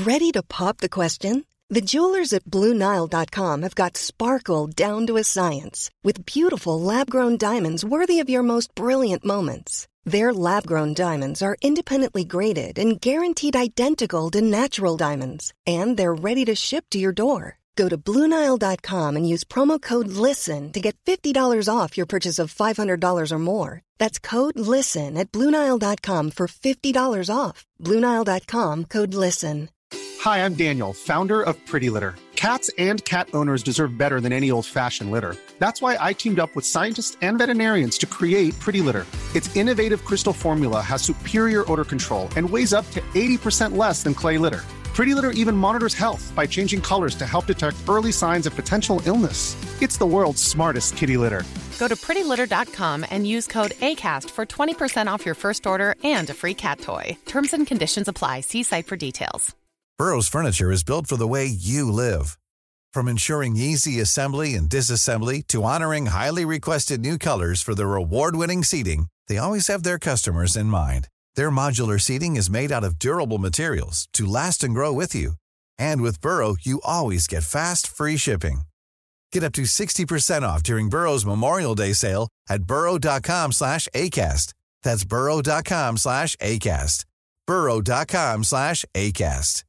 Ready to pop the question? The jewelers at BlueNile.com have got sparkle down to a science with beautiful lab-grown diamonds worthy of your most brilliant moments. Their lab-grown diamonds are independently graded and guaranteed identical to natural diamonds, and they're ready to ship to your door. Go to BlueNile.com and use promo code LISTEN to get $50 off your purchase of $500 or more. That's code LISTEN at BlueNile.com for $50 off. BlueNile.com, code LISTEN. Hi, I'm Daniel, founder of Pretty Litter. Cats and cat owners deserve better than any old-fashioned litter. That's why I teamed up with scientists and veterinarians to create Pretty Litter. Its innovative crystal formula has superior odor control and weighs up to 80% less than clay litter. Pretty Litter even monitors health by changing colors to help detect early signs of potential illness. It's the world's smartest kitty litter. Go to prettylitter.com and use code ACAST for 20% off your first order and a free cat toy. Terms and conditions apply. See site for details. Burrow's furniture is built for the way you live. From ensuring easy assembly and disassembly to honoring highly requested new colors for their award-winning seating, they always have their customers in mind. Their modular seating is made out of durable materials to last and grow with you. And with Burrow, you always get fast, free shipping. Get up to 60% off during Burrow's Memorial Day sale at burrow.com/ACAST. That's burrow.com/ACAST. burrow.com/ACAST.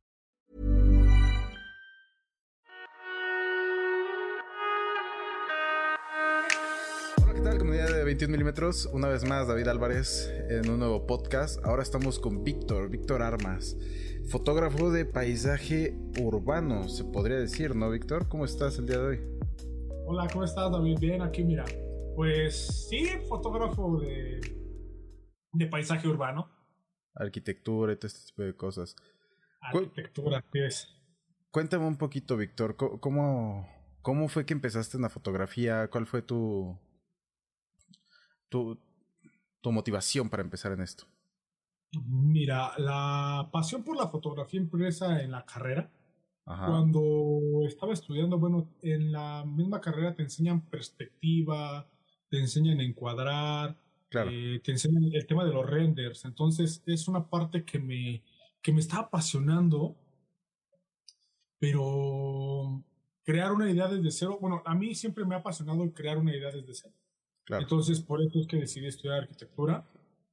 Hola, ¿qué tal, comunidad de 21 milímetros? Una vez más, David Álvarez en un nuevo podcast. Ahora estamos con Víctor Armas, fotógrafo de paisaje urbano, se podría decir, ¿no, Víctor? ¿Cómo estás el día de hoy? Hola, ¿cómo estás, David? Bien, aquí mira. Pues sí, fotógrafo de paisaje urbano. Arquitectura y todo este tipo de cosas. Arquitectura, ¿qué es? Cuéntame un poquito, Víctor, ¿cómo fue que empezaste en la fotografía? ¿Cuál fue tu motivación para empezar en esto? Mira, la pasión por la fotografía empieza en la carrera. Ajá. Cuando estaba estudiando, bueno, en la misma carrera te enseñan perspectiva, te enseñan a encuadrar, Claro. te enseñan el tema de los renders. Entonces es una parte que me está apasionando, pero crear una idea desde cero, bueno, a mí siempre me ha apasionado crear una idea desde cero. Claro. Entonces por eso es que decidí estudiar arquitectura.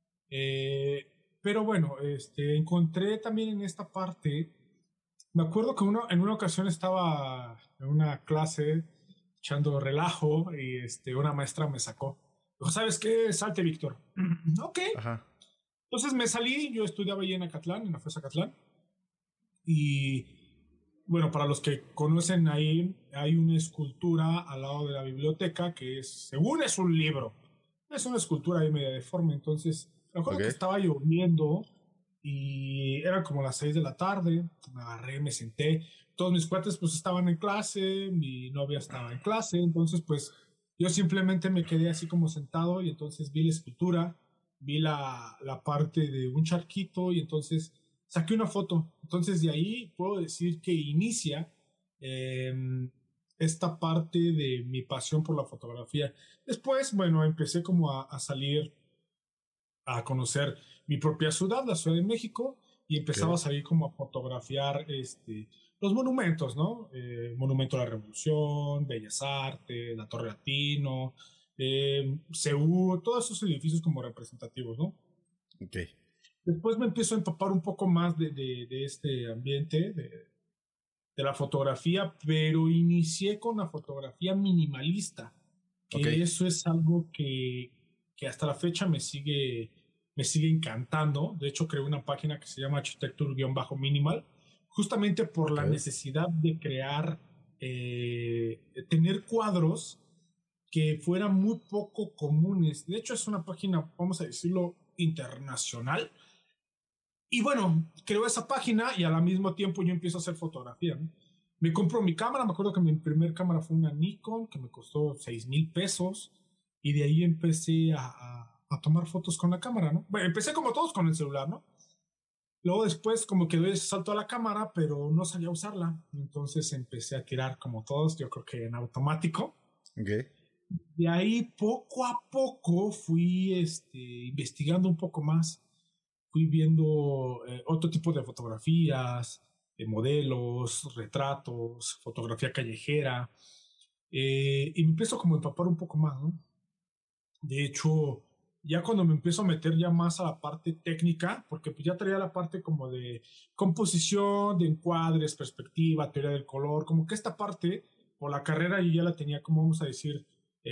Pero bueno, encontré también en esta parte, me acuerdo que en una ocasión estaba en una clase echando relajo y una maestra me sacó. Dijo, ¿sabes qué? Salte, Víctor. Ok. Ajá. Entonces me salí, yo estudiaba ahí en Acatlán, en la FES Acatlán. Y bueno, para los que conocen ahí, hay una escultura al lado de la biblioteca que según es un libro. Es una escultura ahí media deforme. Entonces, me acuerdo que estaba lloviendo y eran como las 6 de la tarde. Me agarré, me senté. Todos mis cuates pues estaban en clase, mi novia estaba en clase. Entonces, pues yo simplemente me quedé así como sentado y entonces vi la escultura, vi la parte de un charquito y entonces saqué una foto. Entonces de ahí puedo decir que inicia esta parte de mi pasión por la fotografía. Después, bueno, empecé como a salir a conocer mi propia ciudad, la Ciudad de México, y empezaba a salir como a fotografiar los monumentos, ¿no? Monumento a la Revolución, Bellas Artes, la Torre Latino, CEU, todos esos edificios como representativos, ¿no? Ok. Después me empiezo a empapar un poco más de este ambiente, de la fotografía, pero inicié con la fotografía minimalista, que eso es algo que hasta la fecha me sigue encantando. De hecho, creé una página que se llama Architecture-Minimal, justamente por la necesidad de crear, tener cuadros que fueran muy poco comunes. De hecho, es una página, vamos a decirlo, internacional. Y bueno, creo esa página y al mismo tiempo yo empiezo a hacer fotografía, ¿no? Me compro mi cámara, me acuerdo que mi primer cámara fue una Nikon que me costó $6,000 y de ahí empecé a tomar fotos con la cámara, ¿no? Bueno, empecé como todos con el celular, ¿no? Luego después como que doy ese salto a la cámara, pero no sabía usarla. Entonces empecé a tirar como todos, yo creo que en automático. Okay. De ahí poco a poco fui investigando un poco más. Fui viendo otro tipo de fotografías, modelos, retratos, fotografía callejera, y me empiezo como a empapar un poco más, ¿no? De hecho, ya cuando me empiezo a meter ya más a la parte técnica, porque pues ya traía la parte como de composición, de encuadres, perspectiva, teoría del color, como que esta parte, por la carrera yo ya la tenía, como vamos a decir,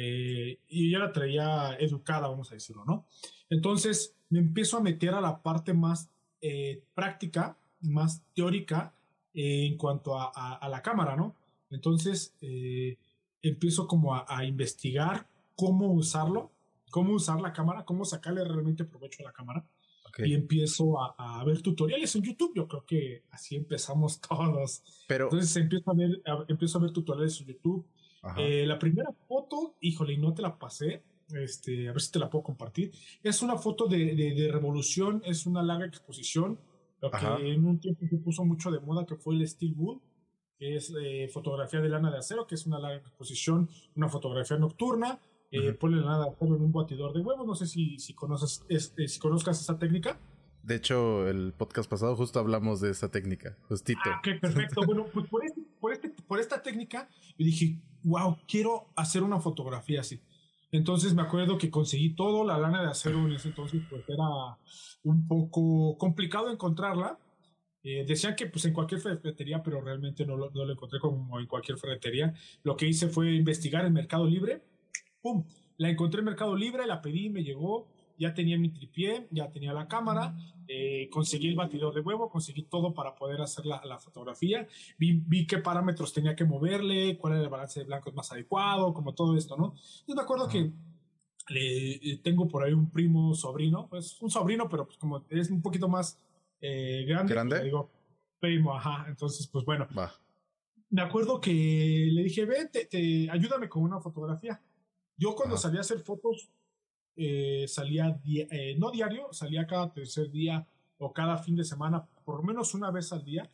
y ya la traía educada, vamos a decirlo, ¿no? Entonces me empiezo a meter a la parte más práctica, más teórica en cuanto a la cámara, ¿no? Entonces empiezo como a investigar cómo usarlo, cómo usar la cámara, cómo sacarle realmente provecho a la cámara. Okay. Y empiezo a ver tutoriales en YouTube. Yo creo que así empezamos todos. Pero... Entonces empiezo a ver tutoriales en YouTube. La primera foto, híjole, y no te la pasé, a ver si te la puedo compartir. Es una foto de revolución, es una larga exposición, lo que en un tiempo se puso mucho de moda, que fue el Steelwood, que es fotografía de lana de acero, que es una larga exposición, una fotografía nocturna. Ponle lana de acero en un batidor de huevos. No sé si conozcas esa técnica. De hecho, el podcast pasado justo hablamos de esa técnica, justito. Ok, perfecto. Bueno, pues por esta técnica, yo dije, wow, quiero hacer una fotografía así. Entonces me acuerdo que conseguí todo. La lana de acero en ese entonces pues era un poco complicado encontrarla. Decían que pues en cualquier ferretería, pero realmente no lo encontré como en cualquier ferretería. Lo que hice fue investigar en Mercado Libre. ¡Pum! La encontré en Mercado Libre, la pedí, me llegó. Ya tenía mi tripié, ya tenía la cámara, conseguí el batidor de huevo, conseguí todo para poder hacer la fotografía. Vi qué parámetros tenía que moverle, cuál era el balance de blancos más adecuado, como todo esto, ¿no? Yo me acuerdo que tengo por ahí un primo sobrino, pues un sobrino, pero pues como es un poquito más grande. ¿Grande? Pues, le digo, primo, ajá. Entonces, pues bueno. Va. Me acuerdo que le dije, ven, ayúdame con una fotografía. Yo cuando salí a hacer fotos, salía no diario, salía cada tercer día o cada fin de semana, por lo menos una vez al día,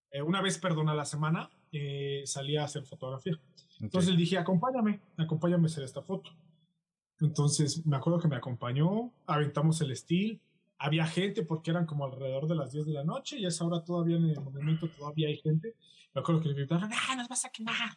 a la semana, salía a hacer fotografía. Entonces le dije, acompáñame a hacer esta foto. Entonces me acuerdo que me acompañó, aventamos el steel, había gente porque eran como alrededor de las 10 de la noche y a esa hora todavía en el movimiento todavía hay gente. Me acuerdo que le gritaron, ¡ah, nos vas a quemar!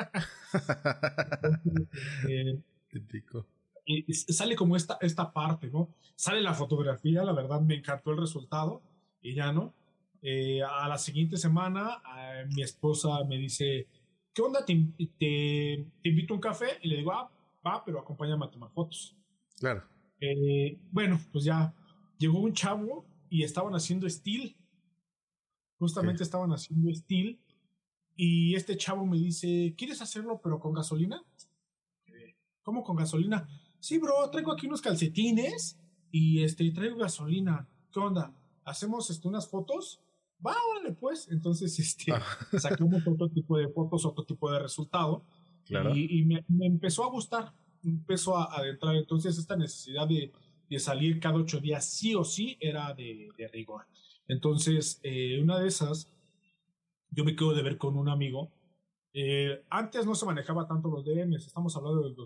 Entonces, típico. Y sale como esta parte, ¿no? Sale la fotografía, la verdad me encantó el resultado y ya, ¿no? A la siguiente semana mi esposa me dice, ¿qué onda? ¿Te invito a un café? Y le digo, va, pero acompáñame a tomar fotos. Claro. Bueno, pues ya llegó un chavo y estaban haciendo steel. Justamente estaban haciendo steel y este chavo me dice, ¿quieres hacerlo pero con gasolina? ¿Cómo con gasolina? Sí, bro, traigo aquí unos calcetines y traigo gasolina. ¿Qué onda? ¿Hacemos unas fotos? Va, órale, pues. Entonces, sacamos otro tipo de fotos, otro tipo de resultado. Claro. Y me empezó a gustar, empezó a adentrar. Entonces, esta necesidad de salir cada 8 días sí o sí era de rigor. Entonces, una de esas, yo me quedo de ver con un amigo. Antes no se manejaba tanto los DMs, estamos hablando del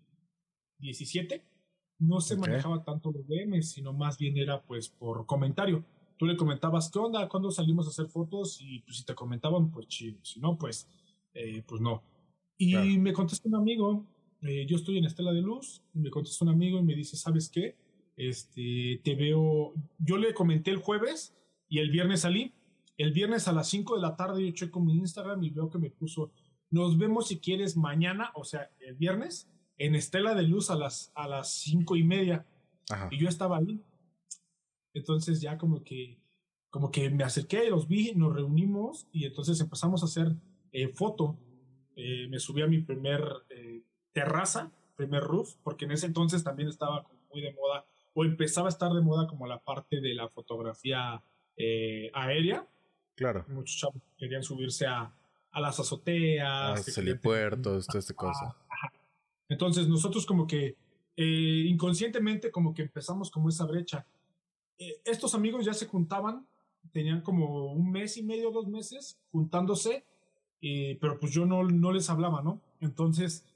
2017, no se manejaba tanto los DMs, sino más bien era pues por comentario. Tú le comentabas, ¿qué onda? ¿Cuándo salimos a hacer fotos? Y pues si te comentaban, pues chido, si no, pues no. Y claro. Me contesta un amigo, yo estoy en Estela de Luz, me contesta un amigo y me dice, ¿sabes qué? Te veo, yo le comenté el jueves y el viernes salí. El viernes a las 5 de la tarde yo checo mi Instagram y veo que me puso, nos vemos si quieres mañana, o sea, el viernes, en Estela de Luz a las 5:30. Ajá. Y yo estaba ahí. Entonces ya como que me acerqué, los vi, nos reunimos y entonces empezamos a hacer foto. Me subí a mi primer terraza, primer roof, porque en ese entonces también estaba como muy de moda, o empezaba a estar de moda como la parte de la fotografía aérea. Claro. Muchos chavos querían subirse a las azoteas. Helipuertos, toda esta cosa. Ajá. Entonces nosotros como que inconscientemente como que empezamos como esa brecha. Estos amigos ya se juntaban, tenían como 1 mes y medio, 2 meses juntándose, pero pues yo no les hablaba, ¿no? Entonces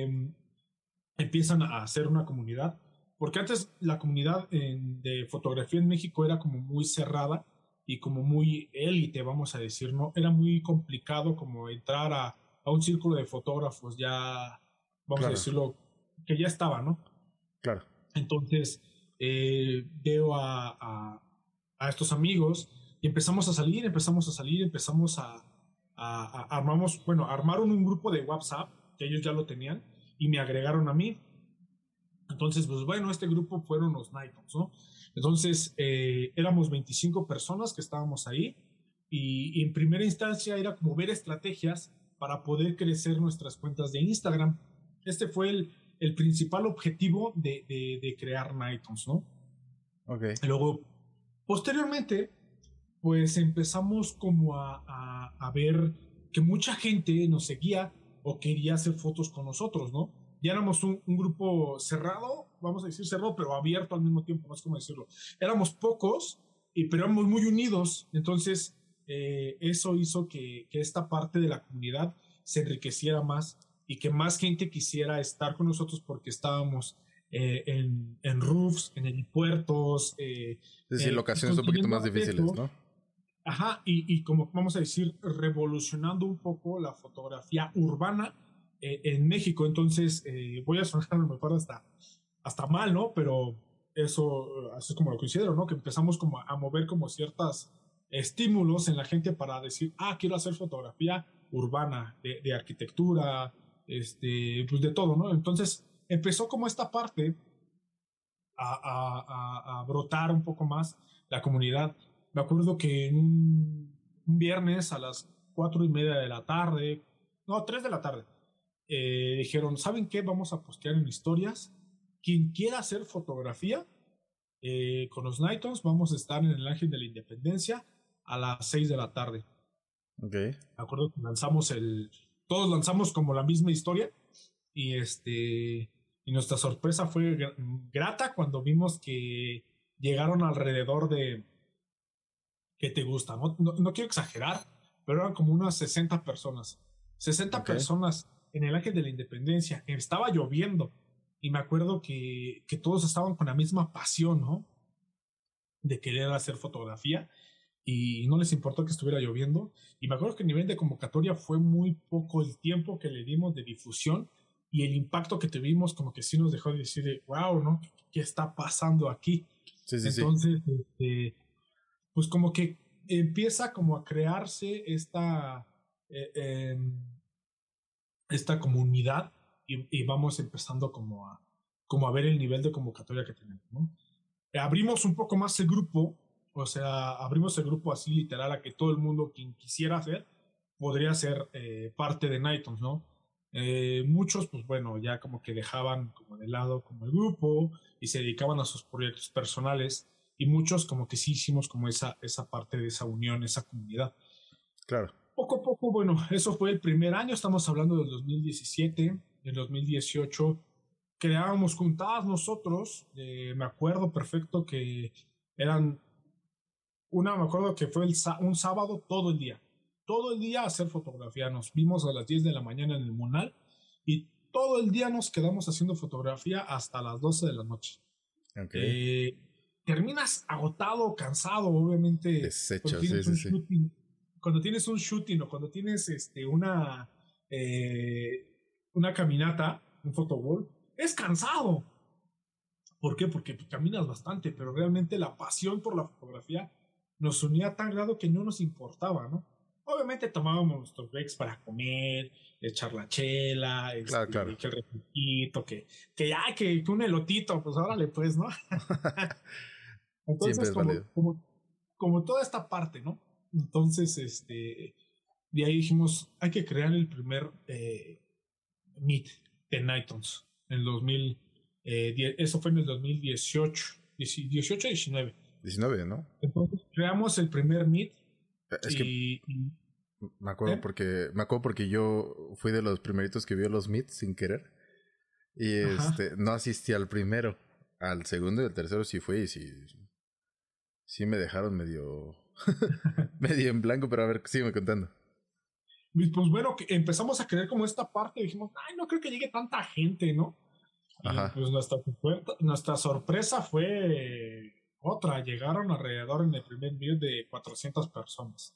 empiezan a hacer una comunidad, porque antes la comunidad de fotografía en México era como muy cerrada y como muy élite, vamos a decir, ¿no? Era muy complicado como entrar a un círculo de fotógrafos ya, vamos a decirlo, que ya estaba, ¿no? Claro. Entonces, veo a estos amigos y empezamos a salir, armaron un grupo de WhatsApp, que ellos ya lo tenían, y me agregaron a mí. Entonces, pues bueno, este grupo fueron los Nightons, ¿no? Entonces, éramos 25 personas que estábamos ahí, y en primera instancia era como ver estrategias para poder crecer nuestras cuentas de Instagram. Este fue el principal objetivo de crear Nightons, ¿no? Ok. Y luego, posteriormente, pues empezamos como a ver que mucha gente nos seguía o quería hacer fotos con nosotros, ¿no? Ya éramos un grupo cerrado, vamos a decir cerrado, pero abierto al mismo tiempo, no sé cómo decirlo. Éramos pocos, pero éramos muy unidos. Entonces, eso hizo que esta parte de la comunidad se enriqueciera más y que más gente quisiera estar con nosotros porque estábamos en roofs, en helipuertos. Es decir, locaciones un poquito más difíciles, ¿no? Ajá, y como vamos a decir, revolucionando un poco la fotografía urbana en México. Entonces, voy a sonar a lo mejor hasta mal, ¿no? Pero eso es como lo considero, ¿no? Que empezamos como a mover como ciertos estímulos en la gente para decir, quiero hacer fotografía urbana, de arquitectura, pues de todo, ¿no? Entonces, empezó como esta parte a brotar un poco más la comunidad. Me acuerdo que en un viernes a las 4:30 de la tarde, no, 3 de la tarde, dijeron, ¿saben qué? Vamos a postear en historias. Quien quiera hacer fotografía con los Nightons, vamos a estar en el Ángel de la Independencia a las 6 de la tarde. Ok. Me acuerdo que todos lanzamos como la misma historia y nuestra sorpresa fue grata cuando vimos que llegaron alrededor de, ¿qué te gusta? No quiero exagerar, pero eran como unas 60 personas. 60 personas en el Ángel de la Independencia. Estaba lloviendo y me acuerdo que todos estaban con la misma pasión, ¿no? De querer hacer fotografía y no les importó que estuviera lloviendo. Y me acuerdo que a nivel de convocatoria fue muy poco el tiempo que le dimos de difusión y el impacto que tuvimos como que sí nos dejó de decir, wow, ¿no? ¿Qué está pasando aquí? Sí. Entonces, pues como que empieza como a crearse esta comunidad y vamos empezando como a ver el nivel de convocatoria que tenemos, ¿no? Abrimos un poco más el grupo, o sea, abrimos el grupo así literal a que todo el mundo quien quisiera hacer podría ser parte de Nightons, ¿no? Muchos, pues bueno, ya como que dejaban como de lado como el grupo y se dedicaban a sus proyectos personales y muchos como que sí hicimos como esa parte de esa unión, esa comunidad. Claro. Poco a poco, bueno, eso fue el primer año, estamos hablando del 2017, del 2018 creábamos juntadas nosotros, me acuerdo perfecto que me acuerdo que fue un sábado todo el día a hacer fotografía. Nos vimos a las 10 de la mañana en el Monal y todo el día nos quedamos haciendo fotografía hasta las 12 de la noche. Okay. Terminas agotado, cansado, obviamente. Deshecho, cuando tienes un shooting o cuando tienes una caminata, un photowall, es cansado. ¿Por qué? Porque caminas bastante, pero realmente la pasión por la fotografía nos unía a tal grado que no nos importaba, ¿no? Obviamente tomábamos nuestros breaks para comer, echar la chela, claro. que el refresquito, que un elotito, pues órale, pues, ¿no? Entonces, como toda esta parte, ¿no? Entonces, de ahí dijimos, hay que crear el primer meet de Nightons en el 2010, eso fue en el 2018, 19. 19, ¿no? Entonces creamos el primer meet. Es que me acuerdo porque yo fui de los primeritos que vio los meets sin querer y no asistí al primero, al segundo y al tercero sí fui y sí me dejaron medio medio en blanco, pero a ver, sígueme contando. Pues bueno, que empezamos a creer como esta parte y dijimos, no creo que llegue tanta gente, ¿no? Ajá. Y pues nuestra sorpresa fue llegaron alrededor en el primer meet de 400 personas.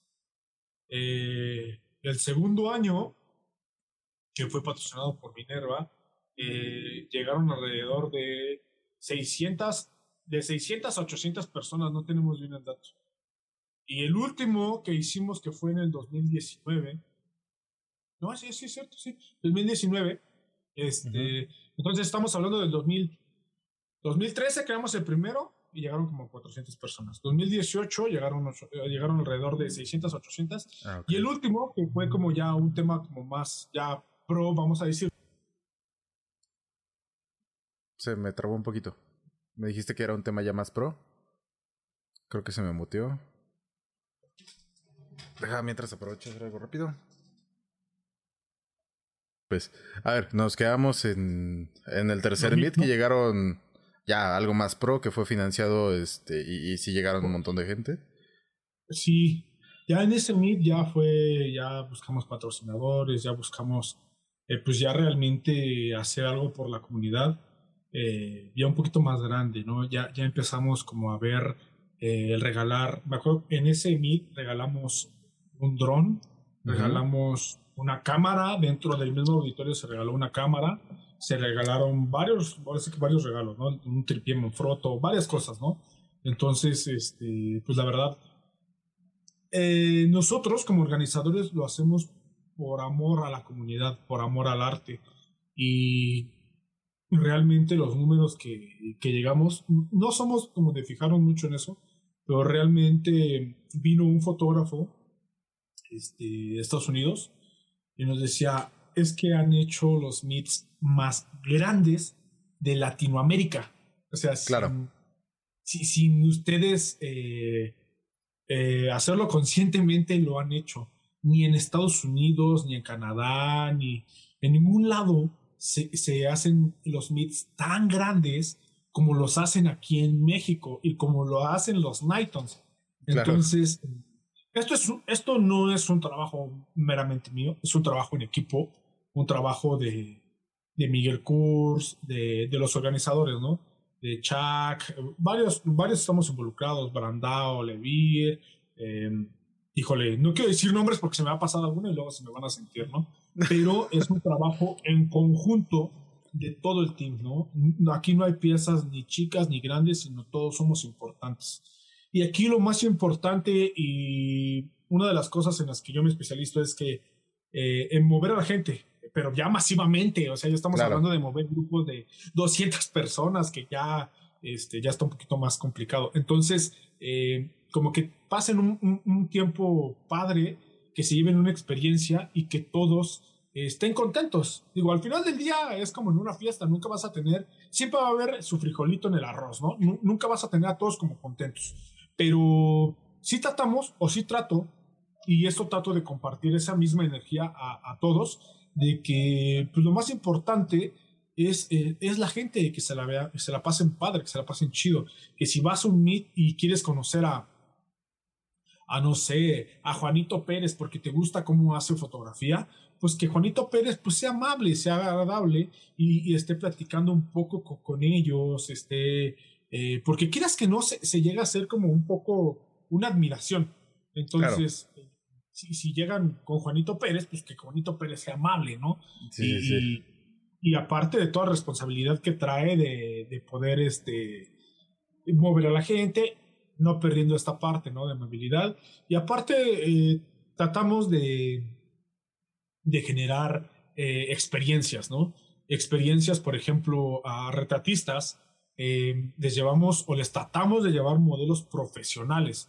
El segundo año, que fue patrocinado por Minerva, llegaron alrededor de 600 a 800 personas, no tenemos bien el dato. Y el último que hicimos, que fue en el 2019, no, sí, es cierto, sí, 2019, entonces estamos hablando del 2013, creamos el primero y llegaron como 400 personas. 2018 llegaron alrededor de 600, 800. Okay. Y el último, que fue como ya un tema como más ya pro, vamos a decir. Se me trabó un poquito. Me dijiste que era un tema ya más pro. Creo que se me muteó. Deja mientras aprovecho hacer algo rápido. Pues, a ver, nos quedamos en el tercer meet, que llegaron ya algo más pro, que fue financiado, y sí llegaron un montón de gente. Sí, ya en ese meet ya buscamos patrocinadores, ya buscamos, pues ya realmente hacer algo por la comunidad, ya un poquito más grande, ¿no? Ya empezamos como a ver el regalar, me acuerdo, en ese meet regalamos un dron, regalamos una cámara, dentro del mismo auditorio se regaló una cámara, se regalaron varios regalos, ¿no? Un tripié Manfrotto, varias cosas, ¿no? Entonces, pues la verdad, nosotros como organizadores lo hacemos por amor a la comunidad, por amor al arte, y realmente los números que llegamos, no somos como de fijarnos mucho en eso, pero realmente vino un fotógrafo de Estados Unidos y nos decía, es que han hecho los meets más grandes de Latinoamérica. O sea, claro. sin ustedes hacerlo conscientemente, lo han hecho. Ni en Estados Unidos, ni en Canadá, ni en ningún lado se hacen los meets tan grandes como los hacen aquí en México y como lo hacen los Nightons. Entonces, claro. Esto no es un trabajo meramente mío, es un trabajo en equipo, un trabajo de Miguel Kurz, de los organizadores, ¿no? De Chuck, varios estamos involucrados, Brandao, Levir, híjole, no quiero decir nombres porque se me va a pasar alguno y luego se me van a sentir, ¿no? Pero es un trabajo en conjunto de todo el team, ¿no? Aquí no hay piezas ni chicas ni grandes, sino todos somos importantes. Y aquí lo más importante y una de las cosas en las que yo me especializo es que en mover a la gente, pero ya masivamente, o sea, ya estamos hablando de mover grupos de 200 personas, que ya está un poquito más complicado. Entonces, como que pasen un tiempo padre, que se lleven una experiencia y que todos estén contentos. Digo, al final del día es como en una fiesta, nunca vas a tener, siempre va a haber su frijolito en el arroz, ¿no? Nunca vas a tener a todos como contentos. Pero sí tratamos, o sí trato, y esto trato de compartir esa misma energía a todos, de que pues, lo más importante es la gente, que se la vea, que se la pasen padre, que se la pasen chido, que si vas a un meet y quieres conocer no sé, a Juanito Pérez porque te gusta cómo hace fotografía, pues que Juanito Pérez pues sea amable, sea agradable y esté platicando un poco con ellos, porque quieras que no, se llega a ser como un poco una admiración. Entonces, claro. Si llegan con Juanito Pérez, pues que Juanito Pérez sea amable, ¿no? Sí. Y aparte de toda la responsabilidad que trae de poder mover a la gente, no perdiendo esta parte, ¿no? De amabilidad. Y aparte, tratamos de generar experiencias, ¿no? Experiencias, por ejemplo, a retratistas, les llevamos o les tratamos de llevar modelos profesionales,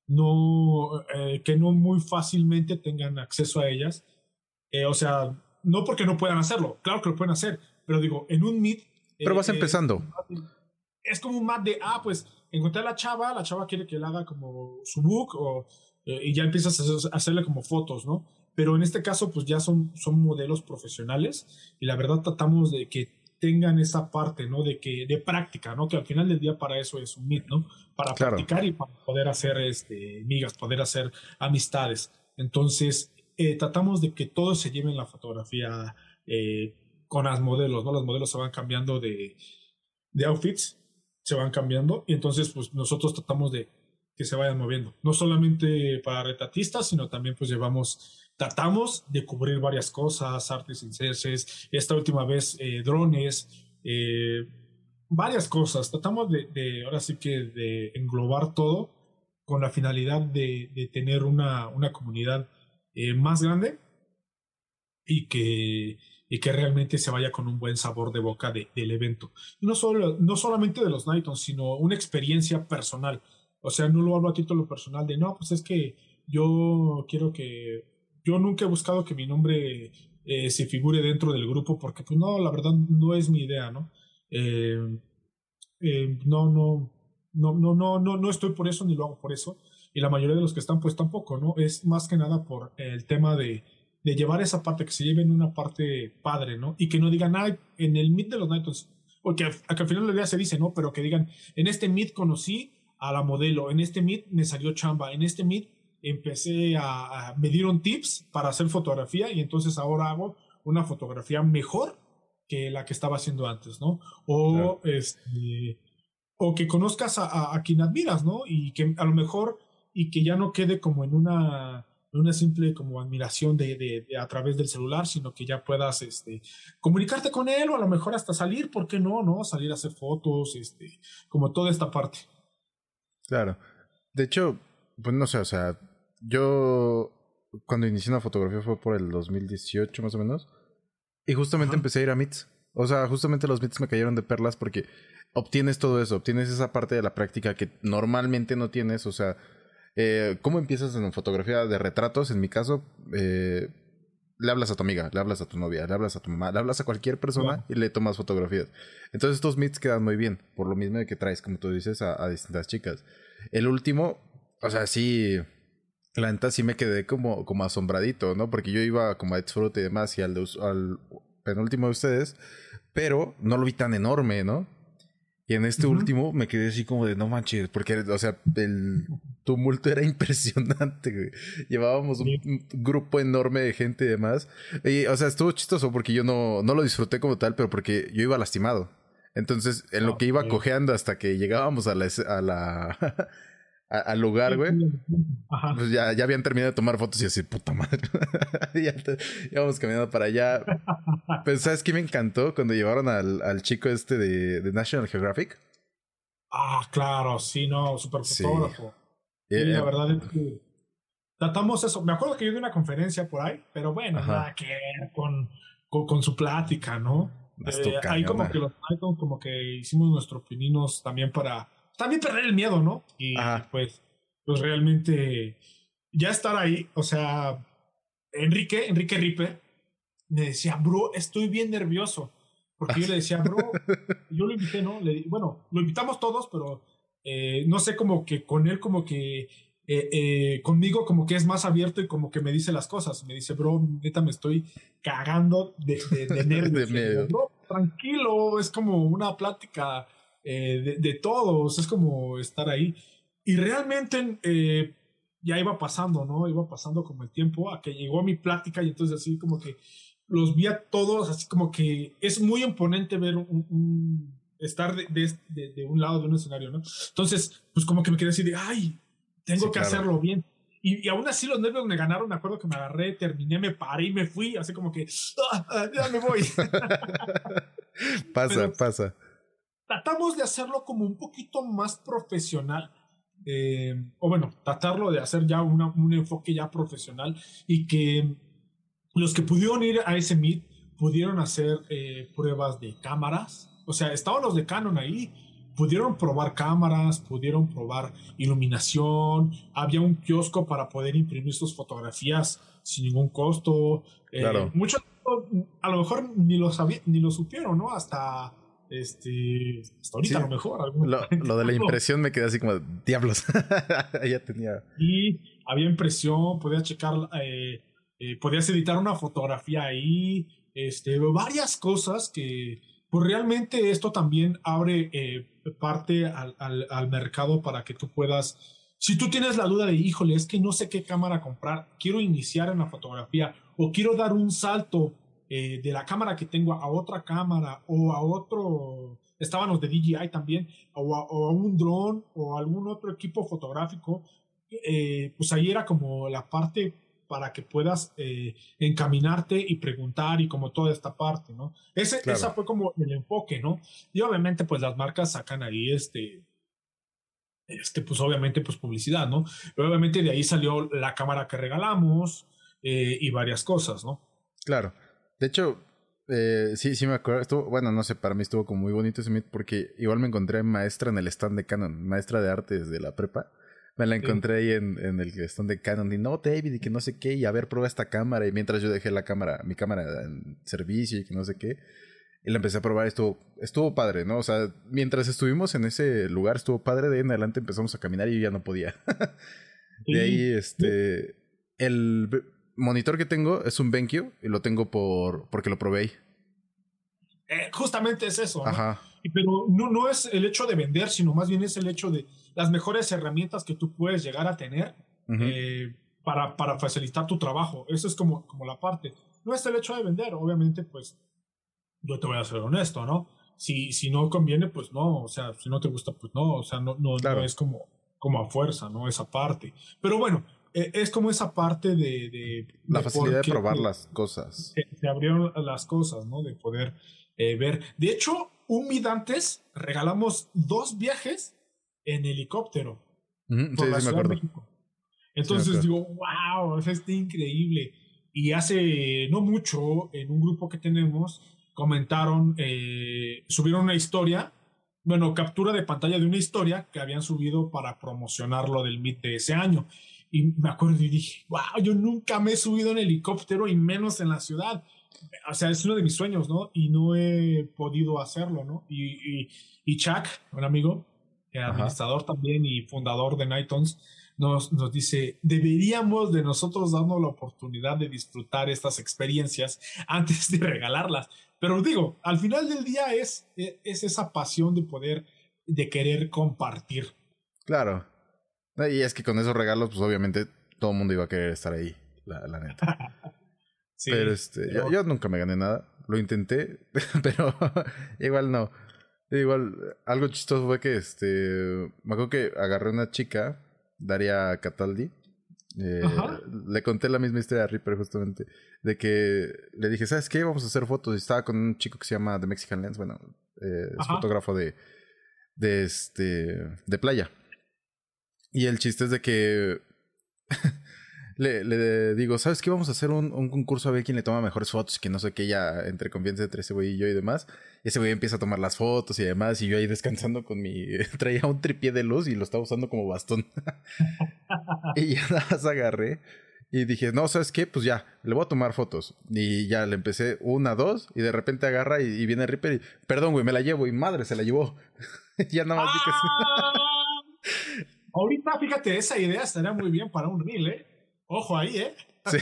que no muy fácilmente tengan acceso a ellas. O sea, no porque no puedan hacerlo, claro que lo pueden hacer, pero digo, en un meet... pero vas empezando. Es como un mat de, pues encontré a la chava quiere que le haga como su book, y ya empiezas a hacerle como fotos, ¿no? Pero en este caso, pues ya son modelos profesionales, y la verdad tratamos de que tengan esa parte, ¿no? De práctica, ¿no? Que al final del día para eso es un meet, ¿no? Para practicar y para poder hacer migas, poder hacer amistades. Entonces, tratamos de que todos se lleven la fotografía con las modelos, ¿no? Los modelos se van cambiando de outfits, se van cambiando y entonces pues nosotros tratamos de que se vayan moviendo. No solamente para retratistas, sino también pues tratamos de cubrir varias cosas, artes circenses, esta última vez drones, varias cosas. Tratamos ahora sí que de englobar todo con la finalidad de tener una comunidad más grande y que realmente se vaya con un buen sabor de boca del evento. No solamente de los Nightons, sino una experiencia personal. O sea, no lo hablo a título personal de, no, pues es que yo quiero que... Yo nunca he buscado que mi nombre se figure dentro del grupo porque, pues no, la verdad no es mi idea, ¿no? No estoy por eso ni lo hago por eso. Y la mayoría de los que están, pues tampoco, ¿no? Es más que nada por el tema de llevar esa parte, que se lleven una parte padre, ¿no? Y que no digan, ay, en el meet de los Nightons, porque al final del día se dice, ¿no? Pero que digan, en este meet conocí a la modelo, en este meet me salió chamba, en este meet me dieron tips para hacer fotografía y entonces ahora hago una fotografía mejor que la que estaba haciendo antes, ¿no? O, claro. O que conozcas a quien admiras, ¿no? Y que a lo mejor, y que ya no quede como en una simple como admiración de a través del celular, sino que ya puedas comunicarte con él o a lo mejor hasta salir, ¿por qué no? Salir a hacer fotos, como toda esta parte. Claro. De hecho, pues no sé, o sea, yo cuando inicié una fotografía fue por el 2018 más o menos, y justamente empecé a ir a meets. O sea, justamente los meets me cayeron de perlas porque obtienes todo eso, obtienes esa parte de la práctica que normalmente no tienes. O sea, ¿cómo empiezas en fotografía de retratos? En mi caso, le hablas a tu amiga, le hablas a tu novia, le hablas a tu mamá, le hablas a cualquier persona y le tomas fotografías. Entonces estos meets quedan muy bien, por lo mismo de que traes, como tú dices, a distintas chicas. El último, o sea, sí, la neta sí me quedé como asombradito, ¿no? Porque yo iba como a disfrute y demás y al penúltimo de ustedes, pero no lo vi tan enorme, ¿no? Y en este último me quedé así como de no manches, porque, o sea, el tumulto era impresionante, güey. Llevábamos un grupo enorme de gente y demás. Y, o sea, estuvo chistoso porque yo no lo disfruté como tal, pero porque yo iba lastimado. Entonces, en lo que iba cojeando hasta que llegábamos al lugar, güey, pues ya habían terminado de tomar fotos y así, puta madre. Ya íbamos caminando para allá. Pero ¿sabes qué me encantó? Cuando llevaron al chico de National Geographic. Ah, claro, sí, no, súper fotógrafo. Sí, la verdad es que tratamos eso. Me acuerdo que yo di una conferencia por ahí, pero bueno, nada que ver con su plática, ¿no? Ahí como que los Python como que hicimos nuestros pininos también para también perder el miedo, ¿no? Y pues realmente ya estar ahí, o sea, Enrique Ripe me decía, bro, estoy bien nervioso. Porque yo le decía, bro, yo lo invité, ¿no? Bueno, lo invitamos todos, pero no sé, como que con él, como que conmigo, como que es más abierto y como que me dice las cosas. Me dice, bro, neta, me estoy cagando de nervios. De bro, tranquilo, es como una plática de todos, es como estar ahí. Y realmente ya iba pasando, ¿no? Iba pasando como el tiempo a que llegó a mi plática y entonces así como que los vi a todos, así como que es muy imponente ver estar de un lado de un escenario, ¿no? Entonces, pues como que me quedé así de, ay, tengo que hacerlo bien. Y aún así los nervios me ganaron, me acuerdo que me agarré, terminé, me paré y me fui, así como que, ya me voy. Pasa. Tratamos de hacerlo como un poquito más profesional. O bueno, tratarlo de hacer ya un enfoque ya profesional y que los que pudieron ir a ese meet pudieron hacer pruebas de cámaras. O sea, estaban los de Canon ahí, pudieron probar cámaras, pudieron probar iluminación, había un kiosco para poder imprimir sus fotografías sin ningún costo. Claro. Muchos a lo mejor ni lo supieron, ¿no? Hasta ahorita sí, a lo mejor. Lo de la impresión me quedé así como, diablos. Ya tenía. Y había impresión, podías checar, podías editar una fotografía ahí, varias cosas que, pues realmente esto también abre parte al mercado para que tú puedas, si tú tienes la duda de, híjole, es que no sé qué cámara comprar, quiero iniciar en la fotografía o quiero dar un salto de la cámara que tengo a otra cámara o a otro estaban los de DJI también, o a un dron o algún otro equipo fotográfico, pues ahí era como la parte para que puedas encaminarte y preguntar y como toda esta parte, ¿no? Claro. Esa fue como el enfoque, ¿no? Y obviamente pues las marcas sacan ahí pues obviamente pues publicidad, ¿no? Pero obviamente de ahí salió la cámara que regalamos y varias cosas, ¿no? Claro. De hecho, sí me acuerdo. Bueno, no sé, para mí estuvo como muy bonito ese meet porque igual me encontré maestra en el stand de Canon, maestra de artes de la prepa. Me la encontré ahí en el stand de Canon y no, David, y que no sé qué, y a ver, prueba esta cámara. Y mientras yo dejé mi cámara en servicio y que no sé qué, y la empecé a probar, estuvo padre, ¿no? O sea, mientras estuvimos en ese lugar, estuvo padre. De ahí en adelante empezamos a caminar y yo ya no podía. De ahí, el monitor que tengo es un BenQ y lo tengo porque lo probé ahí. Justamente es eso, ¿no? Ajá. Pero no es el hecho de vender, sino más bien es el hecho de las mejores herramientas que tú puedes llegar a tener para facilitar tu trabajo. Eso es como la parte. No es el hecho de vender, obviamente, pues yo te voy a ser honesto, ¿no? Si no conviene, pues no, o sea, si no te gusta, pues no, o sea, Claro. no es como a fuerza, ¿no? Esa parte. Pero bueno, es como esa parte de la facilidad de probar las cosas. Se abrieron las cosas, ¿no? De poder ver. De hecho, un mes antes regalamos 2 viajes en helicóptero. Por la Sí, me Ciudad de acuerdo. México. Entonces Sí, digo, wow, eso está increíble. Y hace no mucho, en un grupo que tenemos, comentaron, subieron una historia, bueno, captura de pantalla de una historia que habían subido para promocionar lo del Meet de ese año. Y me acuerdo y dije, wow, yo nunca me he subido en helicóptero y menos en la ciudad. O sea, es uno de mis sueños, ¿no? Y no he podido hacerlo, ¿no? Y Chuck, un amigo, administrador también y fundador de Nightons, nos dice, deberíamos de nosotros darnos la oportunidad de disfrutar estas experiencias antes de regalarlas. Pero digo, al final del día es esa pasión de querer compartir. Claro. Y es que con esos regalos, pues obviamente todo el mundo iba a querer estar ahí, la neta. Sí, pero yo nunca me gané nada. Lo intenté, pero igual no. Igual, algo chistoso fue que me acuerdo que agarré una chica, Daria Cataldi. Le conté la misma historia a Reaper justamente. De que le dije, ¿sabes qué? Vamos a hacer fotos. Y estaba con un chico que se llama The Mexican Lens. Bueno, es fotógrafo de playa. Y el chiste es de que le digo, ¿sabes qué? Vamos a hacer un concurso a ver quién le toma mejores fotos. Que no sé qué, ya entre confianza entre ese güey y yo y demás. Y ese güey empieza a tomar las fotos y demás. Y yo ahí descansando con traía un tripié de luz y lo estaba usando como bastón. Y ya nada más agarré. Y dije, no, ¿sabes qué? Pues ya, le voy a tomar fotos. Y ya le empecé 1, 2. Y de repente agarra y viene Reaper y... Perdón, güey, me la llevo. Y madre, se la llevó. Ya nada más dije... Ahorita, fíjate, esa idea estaría muy bien para un reel, ¿eh? Ojo ahí, ¿eh? Sí.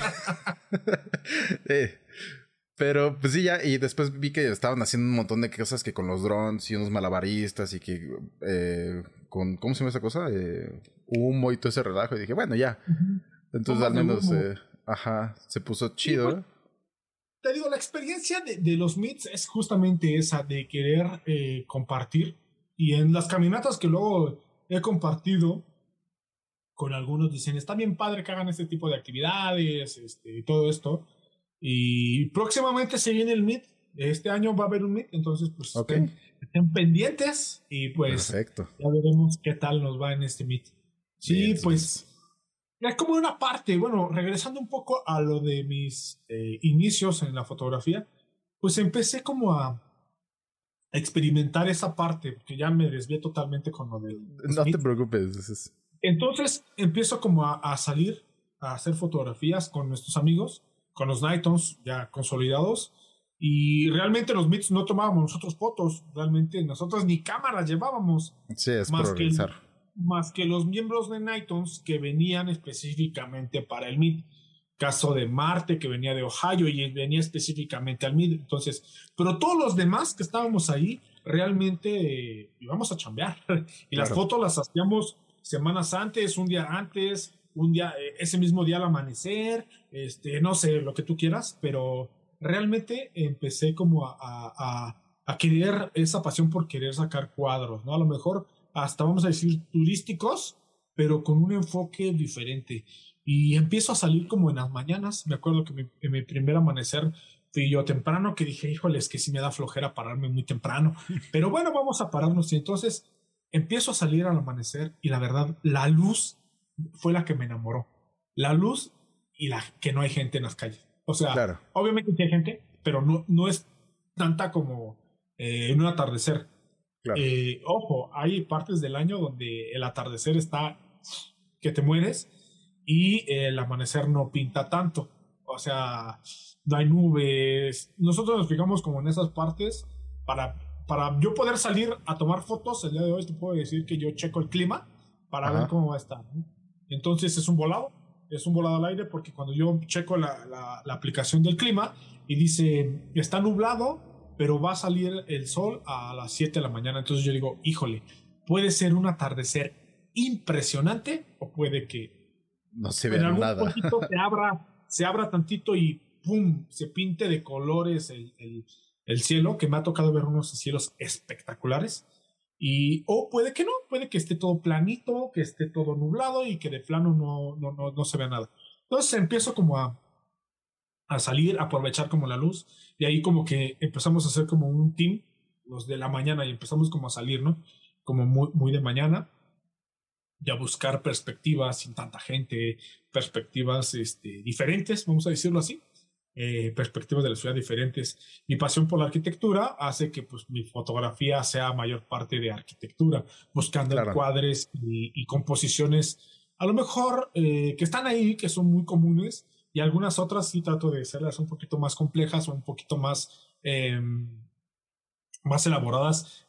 Pero pues sí, ya. Y después vi que estaban haciendo un montón de cosas que con los drones y unos malabaristas y que con... ¿Cómo se llama esa cosa? Humo y todo ese relajo. Y dije, bueno, ya. Entonces al menos... se puso chido. Sí, pues, te digo, la experiencia de los meets es justamente esa, de querer compartir. Y en las caminatas que luego he compartido con algunos, dicen, está bien padre que hagan este tipo de actividades, y todo esto. Y próximamente se viene el Meet. Este año va a haber un Meet, entonces pues estén pendientes y pues perfecto. Ya veremos qué tal nos va en este Meet. Sí, bien, pues es como una parte, bueno, regresando un poco a lo de mis inicios en la fotografía, pues empecé como a experimentar esa parte, porque ya me desvié totalmente con lo del... No te preocupes. Entonces empiezo como a salir a hacer fotografías con nuestros amigos, con los Nightons ya consolidados, y realmente los meets no tomábamos nosotros fotos, realmente nosotros ni cámaras llevábamos. Sí, es progresar. Más que los miembros de Nightons que venían específicamente para el meet. Caso de Marte, que venía de Ohio y venía específicamente al Meet. Entonces, pero todos los demás que estábamos ahí, realmente íbamos a chambear. Y las fotos las hacíamos semanas antes, un día antes, ese mismo día al amanecer, no sé, lo que tú quieras, pero realmente empecé como a a querer esa pasión por querer sacar cuadros, ¿no? A lo mejor hasta vamos a decir turísticos, pero con un enfoque diferente. Y empiezo a salir como en las mañanas. Me acuerdo que en mi primer amanecer fui yo temprano, que dije, híjole, es que sí me da flojera pararme muy temprano. Pero bueno, vamos a pararnos. Y entonces empiezo a salir al amanecer y la verdad, la luz fue la que me enamoró. La luz y que no hay gente en las calles. O sea, Claro. obviamente sí hay gente, pero no es tanta como en un atardecer. Claro. Ojo, hay partes del año donde el atardecer está que te mueres y el amanecer no pinta tanto. O sea, no hay nubes. Nosotros nos fijamos como en esas partes para yo poder salir a tomar fotos. El día de hoy te puedo decir que yo checo el clima para ver cómo va a estar, ¿no? Entonces es un volado al aire, porque cuando yo checo la aplicación del clima y dice está nublado, pero va a salir el sol a las 7 de la mañana. Entonces yo digo, híjole, puede ser un atardecer impresionante o puede que no se en vea algún nada. poquito se abra tantito y ¡pum! Se pinte de colores el cielo, que me ha tocado ver unos cielos espectaculares. O puede que no, puede que esté todo planito, que esté todo nublado y que de plano no se vea nada. Entonces empiezo como a salir, a aprovechar como la luz, y ahí como que empezamos a hacer como un team, los de la mañana, y empezamos como a salir, ¿no? Como muy de mañana, y a buscar perspectivas sin tanta gente, perspectivas diferentes, vamos a decirlo así, perspectivas de la ciudad diferentes. Mi pasión por la arquitectura hace que pues mi fotografía sea mayor parte de arquitectura, buscando Claro. encuadres y composiciones, a lo mejor que están ahí, que son muy comunes, y algunas otras sí trato de hacerlas un poquito más complejas o un poquito más más elaboradas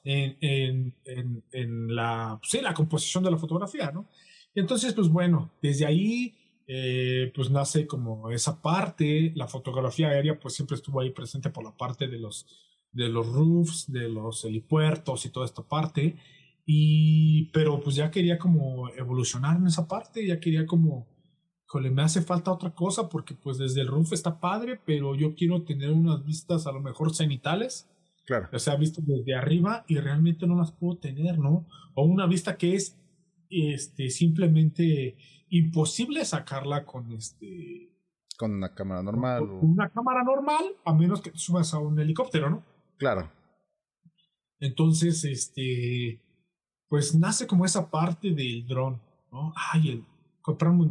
en la composición de la fotografía, ¿no? Y entonces, pues bueno, desde ahí pues nace como esa parte. La fotografía aérea pues siempre estuvo ahí presente por la parte de los roofs, de los helipuertos y toda esta parte. Pero pues ya quería como evolucionar en esa parte, ya quería como, me hace falta otra cosa, porque pues desde el roof está padre, pero yo quiero tener unas vistas a lo mejor cenitales. Claro. O sea, visto desde arriba y realmente no las puedo tener, ¿no? O una vista que es simplemente imposible sacarla con con una cámara normal. una cámara normal, a menos que te subas a un helicóptero, ¿no? Claro. Entonces, pues nace como esa parte del dron, ¿no? Ay, comprarme un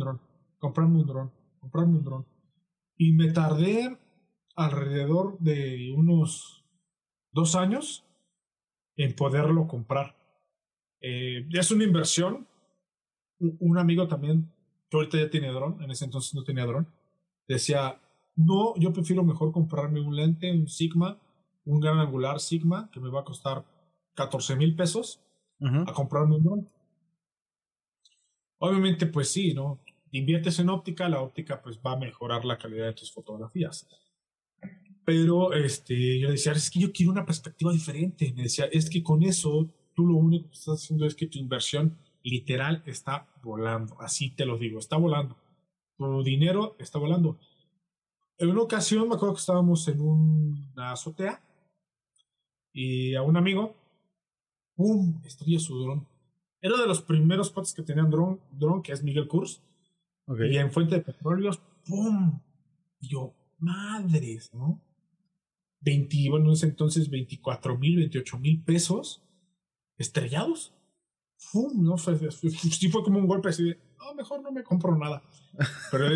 dron. Y me tardé alrededor de unos 2 años en poderlo comprar. Es una inversión. Un amigo también, que ahorita ya tiene dron, en ese entonces no tenía dron, decía, no, yo prefiero mejor comprarme un lente, un Sigma, un gran angular Sigma, que me va a costar 14,000 pesos, a comprarme un dron. Obviamente, pues sí, ¿no? Inviertes en óptica, la óptica pues va a mejorar la calidad de tus fotografías. Pero yo decía, es que yo quiero una perspectiva diferente. Me decía, es que con eso tú lo único que estás haciendo es que tu inversión literal está volando. Así te lo digo, está volando. Tu dinero está volando. En una ocasión me acuerdo que estábamos en una azotea y a un amigo, ¡pum!, estrella su dron. Era de los primeros cuates que tenían dron, que es Miguel Kurz. Okay. Y en Fuente de Petróleos, ¡pum! Y yo, madres, ¿no? Bueno, en ese entonces 24,000, 28,000 pesos estrellados. ¡Pum! ¿No? Sí fue como un golpe así de, mejor no me compro nada. Pero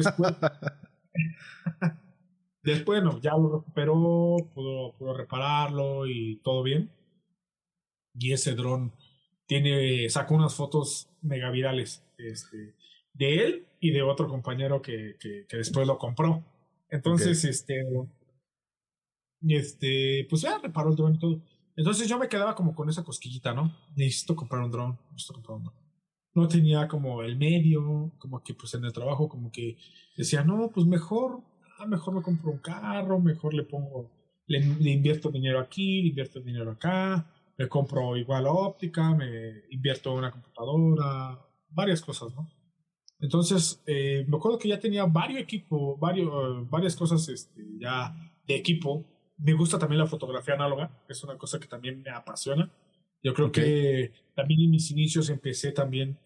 después no, ya lo recuperó, pudo repararlo y todo bien. Y ese dron sacó unas fotos mega virales de él y de otro compañero que después lo compró. Entonces, pues ya reparó el dron y todo. Entonces yo me quedaba como con esa cosquillita, ¿no? Necesito comprar un dron. No tenía como el medio, como que pues en el trabajo como que decía, no, pues mejor me compro un carro, mejor le invierto dinero aquí, le invierto dinero acá, me compro igual óptica, me invierto en una computadora, varias cosas, ¿no? Entonces, me acuerdo que ya tenía varias cosas ya de equipo, Me gusta también la fotografía análoga, es una cosa que también me apasiona. Yo creo que también en mis inicios empecé también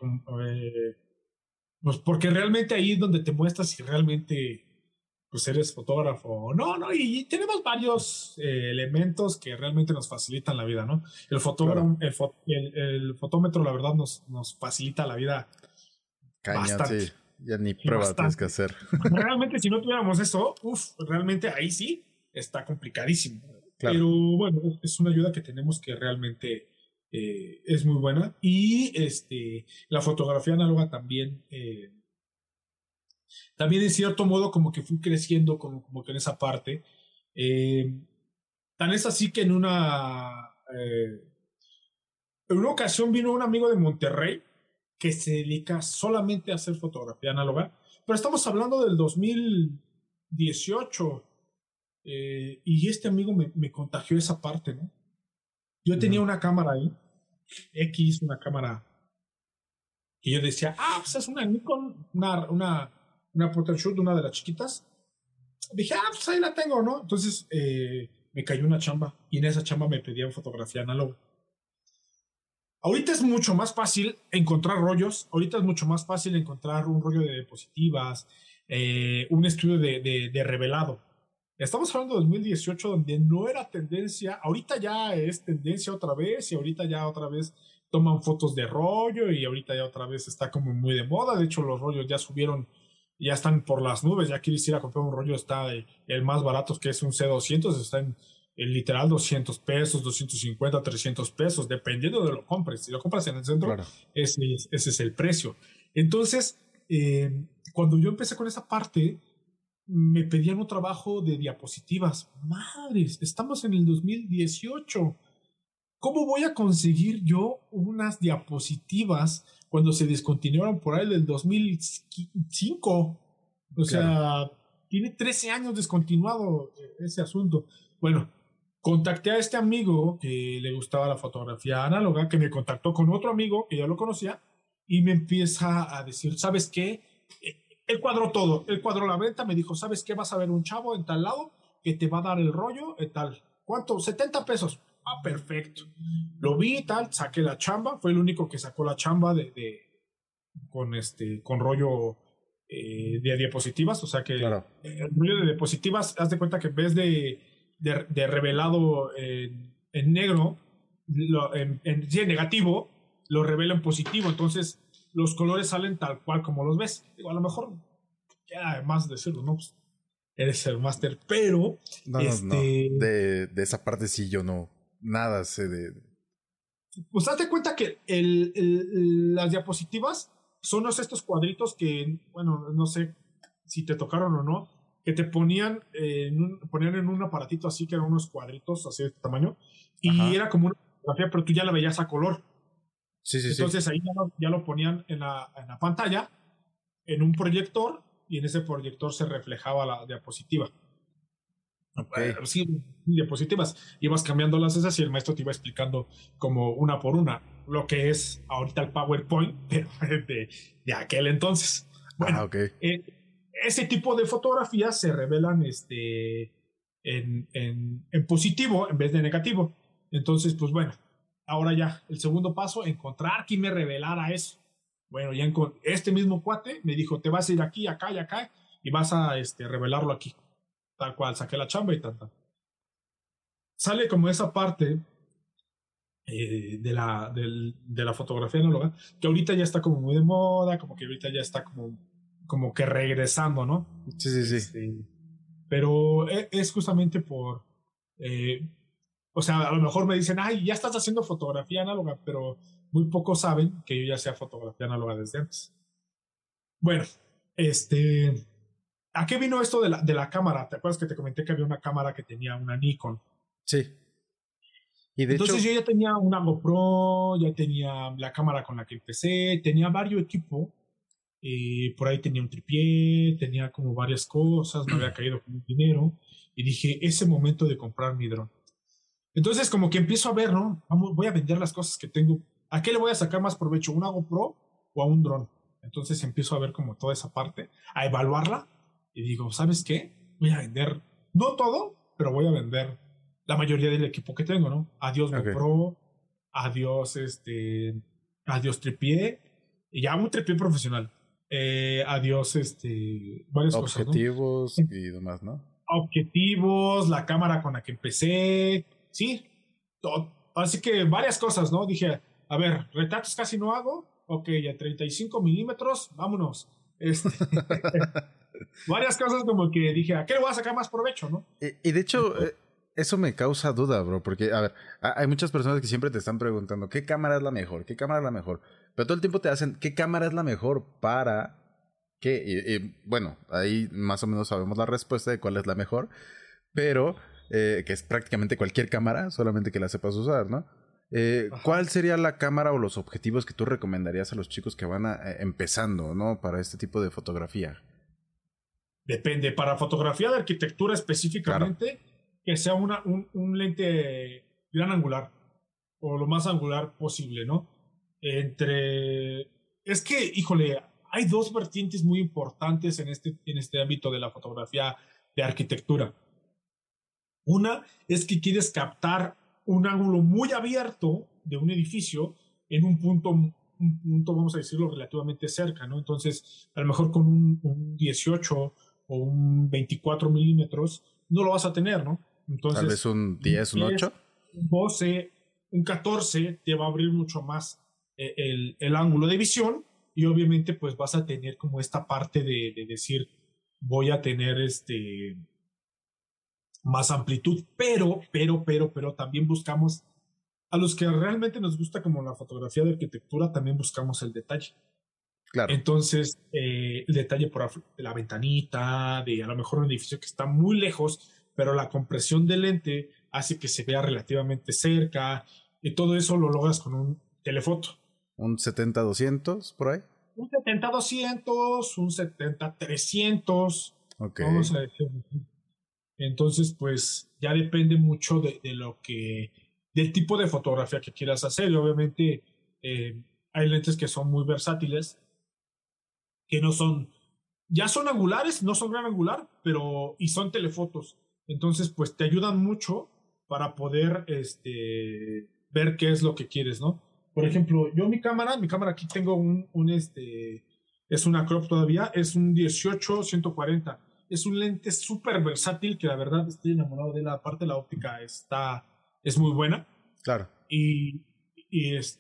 pues porque realmente ahí es donde te muestras si realmente pues eres fotógrafo o no, ¿no? Y tenemos varios elementos que realmente nos facilitan la vida, ¿no? El fotógrafo, el fotómetro, la verdad, nos facilita la vida bastante. Sí. Ya ni prueba tienes que hacer. Realmente, si no tuviéramos eso, realmente ahí sí está complicadísimo. Claro. Pero bueno, es una ayuda que tenemos que realmente es muy buena. Y la fotografía análoga también, también en cierto modo como que fui creciendo como que en esa parte. Tan es así que en una ocasión vino un amigo de Monterrey que se dedica solamente a hacer fotografía análoga, pero estamos hablando del 2018, y este amigo me contagió esa parte, ¿no? Yo tenía una cámara ahí, una cámara que yo decía, pues es una Nikon, una Portrait Shoot, una de las chiquitas. Dije, pues ahí la tengo, ¿no? Entonces me cayó una chamba, y en esa chamba me pedían fotografía análoga. Ahorita es mucho más fácil encontrar rollos, ahorita es mucho más fácil encontrar un rollo de diapositivas, un estudio de revelado. Estamos hablando de 2018, donde no era tendencia, ahorita ya es tendencia otra vez, y ahorita ya otra vez toman fotos de rollo, y ahorita ya otra vez está como muy de moda. De hecho, los rollos ya subieron, ya están por las nubes. Ya quieres ir a comprar un rollo, está el más barato, que es un C200, está en literal $200, $250, $300, dependiendo de lo que compres. Si lo compras en el centro, claro, ese es el precio. Entonces, cuando yo empecé con esa parte, me pedían un trabajo de diapositivas. Madres, estamos en el 2018. ¿Cómo voy a conseguir yo unas diapositivas cuando se descontinuaron por ahí del 2005? O sea, tiene 13 años descontinuado ese asunto. Bueno, contacté a este amigo que le gustaba la fotografía análoga, que me contactó con otro amigo que ya lo conocía, y me empieza a decir, ¿sabes qué? Él cuadró todo, él cuadró la venta, me dijo, ¿sabes qué? Vas a ver un chavo en tal lado que te va a dar el rollo, tal. ¿Cuánto? $70. Perfecto. Lo vi y tal, saqué la chamba, fue el único que sacó la chamba con rollo de diapositivas, o sea que claro, el rollo de diapositivas, haz de cuenta que en vez de revelado en negro, en negativo, lo revela en positivo. Entonces los colores salen tal cual como los ves. Digo, a lo mejor ya además de decirlo, ¿no? Pues eres el máster, pero no. De esa parte sí yo no nada sé de. Pues date cuenta que las diapositivas son estos cuadritos que, bueno, no sé si te tocaron o no, que te ponían en un aparatito así, que eran unos cuadritos así de tamaño, y era como una fotografía, pero tú ya la veías a color. Sí. Entonces ahí ya lo ponían en la pantalla, en un proyector, y en ese proyector se reflejaba la diapositiva. Sí, diapositivas. Ibas cambiando las esas y el maestro te iba explicando como una por una lo que es ahorita el PowerPoint, pero de aquel entonces. Bueno, ese tipo de fotografías se revelan en positivo en vez de negativo. Entonces, pues bueno, ahora ya el segundo paso, encontrar quién me revelara eso. Bueno, ya este mismo cuate me dijo, te vas a ir aquí, acá y acá, y vas a revelarlo aquí. Tal cual, saqué la chamba y tal. Sale como esa parte de la fotografía análoga, que ahorita ya está como muy de moda, como que ahorita ya está como que regresando, ¿no? Sí. Pero es justamente por... o sea, a lo mejor me dicen, ay, ya estás haciendo fotografía análoga, pero muy pocos saben que yo ya hacía fotografía análoga desde antes. Bueno, ¿a qué vino esto de la cámara? ¿Te acuerdas que te comenté que había una cámara que tenía una Nikon? Sí. Y entonces yo ya tenía una GoPro, ya tenía la cámara con la que empecé, tenía varios equipos, por ahí tenía un tripié, tenía como varias cosas, me había caído con dinero, y dije, es el momento de comprar mi dron. Entonces como que empiezo a ver, ¿no? Voy a vender las cosas que tengo. ¿A qué le voy a sacar más provecho? ¿Una GoPro o a un dron? Entonces empiezo a ver como toda esa parte, a evaluarla, y digo, ¿sabes qué? Voy a vender, no todo, pero voy a vender la mayoría del equipo que tengo, ¿no? Adiós Ok. GoPro, adiós adiós tripié, y ya un tripié profesional. Adiós varias cosas, ¿no? Objetivos y demás, ¿no? Objetivos, la cámara con la que empecé, sí, así que varias cosas, ¿no? Dije, a ver, retratos casi no hago, ok, a 35 milímetros, vámonos. Varias cosas como que dije, ¿a qué le voy a sacar más provecho, no? Y de hecho, eso me causa duda, bro, porque, a ver, hay muchas personas que siempre te están preguntando, ¿qué cámara es la mejor? ¿Qué cámara es la mejor? Pero todo el tiempo te hacen, ¿qué cámara es la mejor para qué? Y bueno, ahí más o menos sabemos la respuesta de cuál es la mejor, pero que es prácticamente cualquier cámara, solamente que la sepas usar, ¿no? ¿Cuál sería la cámara o los objetivos que tú recomendarías a los chicos que van empezando, ¿no? Para este tipo de fotografía. Depende, para fotografía de arquitectura específicamente, que sea un lente gran angular o lo más angular posible, ¿no? Es que, híjole, hay dos vertientes muy importantes en este ámbito de la fotografía de arquitectura. Una es que quieres captar un ángulo muy abierto de un edificio en un punto, vamos a decirlo, relativamente cerca, ¿no? Entonces, a lo mejor con un 18 o un 24 milímetros no lo vas a tener, ¿no? Entonces, tal vez un 10, un 8. Un 12, un 14 te va a abrir mucho más el ángulo de visión y obviamente pues vas a tener como esta parte de decir voy a tener más amplitud, pero también buscamos, a los que realmente nos gusta como la fotografía de arquitectura, también buscamos el detalle. Claro. Entonces, el detalle por la ventanita, de a lo mejor un edificio que está muy lejos, pero la compresión del lente hace que se vea relativamente cerca, y todo eso lo logras con un telefoto. ¿Un 70-200 por ahí? Un 70-200, un 70-300. Ok. Vamos a decir. Entonces, pues ya depende mucho del tipo de fotografía que quieras hacer. Y obviamente hay lentes que son muy versátiles, que ya son angulares, no son gran angular, y son telefotos. Entonces, pues te ayudan mucho para poder ver qué es lo que quieres, ¿no? Por ejemplo, yo mi cámara aquí tengo es una crop todavía, es un 18-140. Es un lente súper versátil que la verdad estoy enamorado de la parte de la óptica, es muy buena. Claro. Y es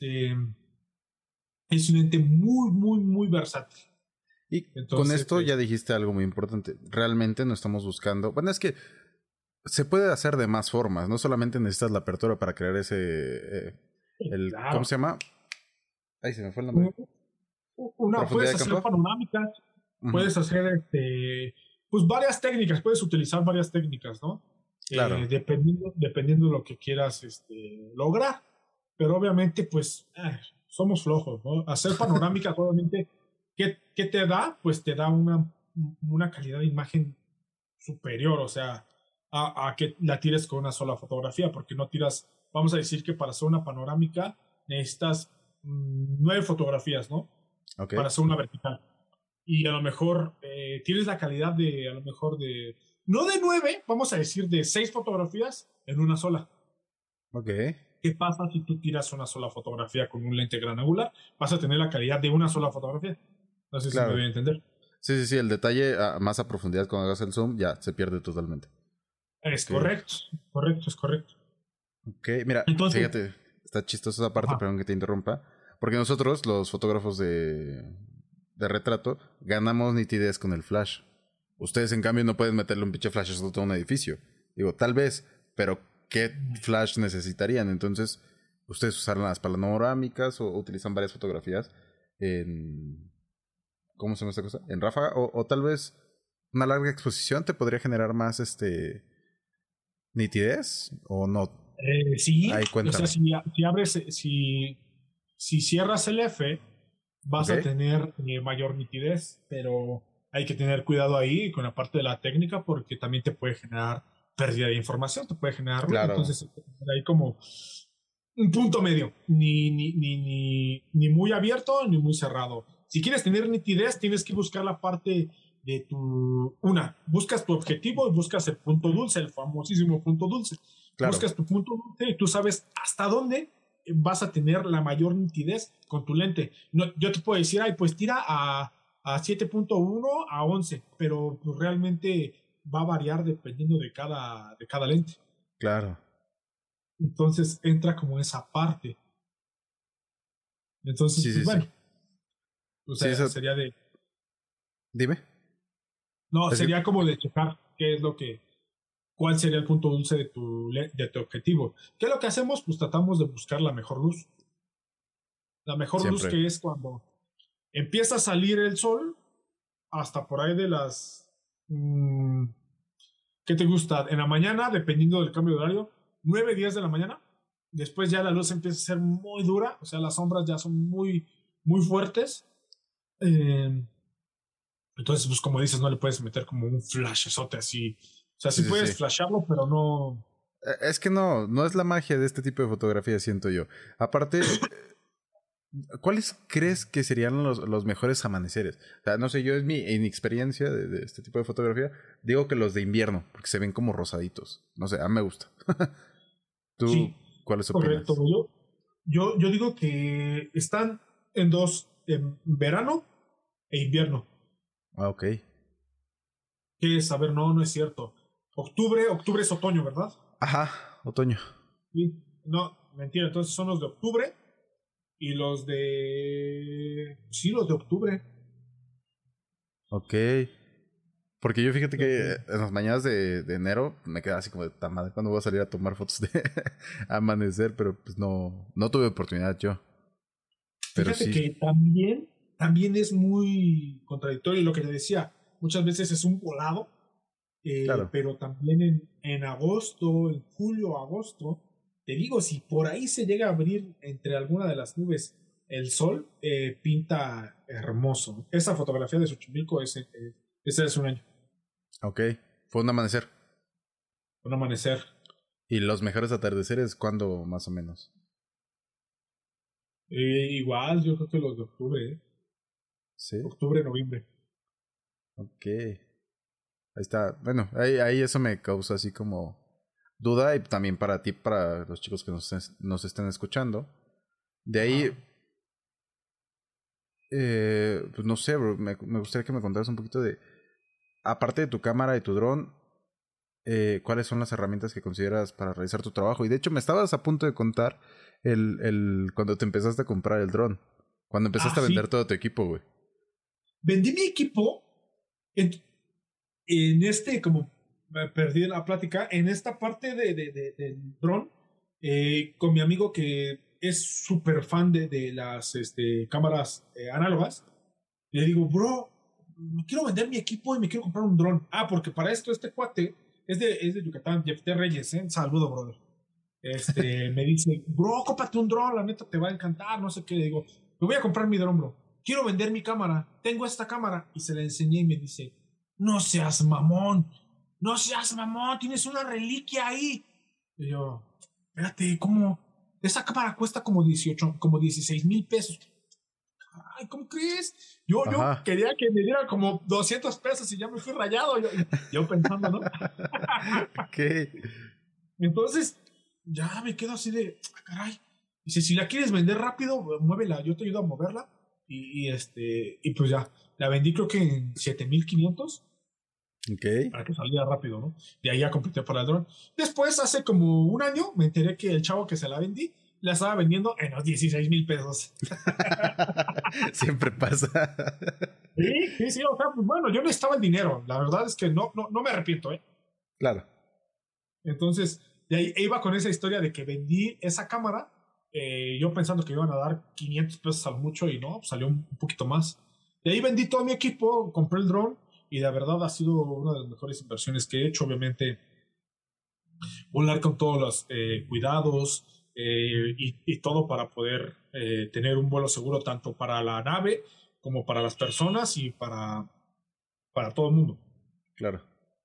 un lente muy, muy, muy versátil. Y entonces, con esto ya dijiste algo muy importante. Realmente no estamos buscando. Bueno, es que se puede hacer de más formas. No solamente necesitas la apertura para crear ese. claro. ¿Cómo se llama? Ay, se me fue el nombre. Puedes hacer panorámicas, puedes hacer pues varias técnicas, puedes utilizar varias técnicas, ¿no? Claro. Dependiendo de lo que quieras lograr. Pero obviamente, pues, somos flojos, ¿no? Hacer panorámica, obviamente, ¿qué te da? Pues te da una calidad de imagen superior, o sea, a que la tires con una sola fotografía, porque no tiras, vamos a decir que para hacer una panorámica necesitas 9 fotografías, ¿no? Okay. Para hacer una vertical. Y a lo mejor tienes la calidad no de 9, vamos a decir de 6 fotografías en una sola. Ok. ¿Qué pasa si tú tiras una sola fotografía con un lente gran angular? Vas a tener la calidad de una sola fotografía. No sé si me voy a entender. Sí, el detalle más a profundidad cuando hagas el zoom ya se pierde totalmente. Es correcto. Ok, mira, entonces, fíjate, está chistosa esa parte, perdón que te interrumpa, porque nosotros, los fotógrafos de retrato, ganamos nitidez con el flash. Ustedes, en cambio, no pueden meterle un pinche flash a todo un edificio. Digo, tal vez, pero ¿qué flash necesitarían? Entonces, ¿ustedes usaron las panorámicas o utilizan varias fotografías en... ¿Cómo se llama esta cosa? ¿En ráfaga? O tal vez una larga exposición te podría generar más nitidez o no. Sí, ahí o sea, si cierras el F, vas a tener mayor nitidez, pero hay que tener cuidado ahí con la parte de la técnica porque también te puede generar pérdida de información, te puede generar ruido. Claro. Entonces hay como un punto medio, ni muy abierto ni muy cerrado. Si quieres tener nitidez, tienes que buscar la parte buscas tu objetivo y buscas el punto dulce, el famosísimo punto dulce. Claro. Buscas tu punto dulce y tú sabes hasta dónde vas a tener la mayor nitidez con tu lente. No, yo te puedo decir, pues tira a 7.1 a 11, pero pues, realmente va a variar dependiendo de cada lente. Claro. Entonces entra como esa parte. Entonces, Sí, pues, bueno. sí. O sea, Sí, sería de... Dime. No, Es sería como de checar cuál sería el punto dulce de tu objetivo. ¿Qué es lo que hacemos? Pues tratamos de buscar la mejor luz. La mejor luz Siempre. que es cuando empieza a salir el sol hasta por ahí de las... ¿qué te gusta? En la mañana, dependiendo del cambio de horario, 9, 10 de la mañana. Después ya la luz empieza a ser muy dura, o sea, las sombras ya son muy, muy fuertes. Entonces, pues como dices, no le puedes meter como un flashezote así. O sea, sí puedes flashearlo, pero no... Es que no es la magia de este tipo de fotografía, siento yo. Aparte, ¿cuáles crees que serían los mejores amaneceres? O sea, no sé, yo en mi experiencia de este tipo de fotografía, digo que los de invierno, porque se ven como rosaditos. No sé, a mí me gusta. ¿Tú Sí, cuáles opinas? correcto. Yo digo que están en dos, en verano e invierno. Ah, ok. ¿Qué es? A ver, no es cierto. Octubre es otoño, ¿verdad? Ajá, otoño. Sí. No, mentira, entonces son los de octubre y sí, los de octubre. Ok. Porque yo fíjate que en las mañanas de enero me quedaba así como de ta madre, ¿cuándo voy a salir a tomar fotos de amanecer? Pero pues no tuve oportunidad yo. Pero Fíjate sí, que también es muy contradictorio lo que te decía. Muchas veces es un volado, claro. pero también en agosto, en julio, agosto, te digo, si por ahí se llega a abrir entre alguna de las nubes el sol, pinta hermoso. Esa fotografía de Xochimilco, ese es un año, Ok, fue un amanecer. un amanecer. ¿Y los mejores atardeceres cuándo más o menos? Igual, yo creo que los de octubre, Sí. octubre, noviembre. Ok. Ahí está. Bueno, ahí eso me causa así como duda y también para ti, para los chicos que nos estén escuchando. De ahí, pues no sé, bro, me gustaría que me contaras un poquito de, aparte de tu cámara y tu dron, cuáles son las herramientas que consideras para realizar tu trabajo. Y de hecho me estabas a punto de contar cuando te empezaste a comprar el dron, cuando empezaste a Sí. vender todo tu equipo, güey. Vendí mi equipo en como perdí la plática, en esta parte del dron, con mi amigo que es súper fan de las cámaras análogas, le digo, bro, quiero vender mi equipo y me quiero comprar un dron. Porque para esto este cuate es de Yucatán, Jeff T. Reyes, saludo, brother. Me dice, bro, cómprate un dron, la neta te va a encantar, no sé qué. Le digo, me voy a comprar mi dron, bro. Quiero vender mi cámara, tengo esta cámara. Y se la enseñé y me dice, no seas mamón, tienes una reliquia ahí. Y yo, espérate, ¿cómo? Esa cámara cuesta como 16,000 pesos. Ay, ¿cómo crees? Yo Ajá. quería que me diera como 200 pesos y ya me fui rayado. Yo pensando, ¿no? Ok. Entonces, ya me quedo así de, caray. Dice, si la quieres vender rápido, muévela, yo te ayudo a moverla. Y pues ya, la vendí creo que en 7,500 Ok. para que saliera rápido, ¿no? De ahí ya completé para el dron. Después, hace como un año, me enteré que el chavo que se la vendí, la estaba vendiendo en los 16,000 pesos. Siempre pasa. Sí, o sea, pues bueno, yo necesitaba el dinero. La verdad es que no me arrepiento, ¿eh? Claro. Entonces, de ahí iba con esa historia de que vendí esa cámara, yo pensando que iban a dar 500 pesos al mucho y no, salió un poquito más. De ahí vendí todo mi equipo, compré el dron y la verdad ha sido una de las mejores inversiones que he hecho. Obviamente, volar con todos los cuidados y todo para poder tener un vuelo seguro tanto para la nave como para las personas y para todo el mundo. Claro.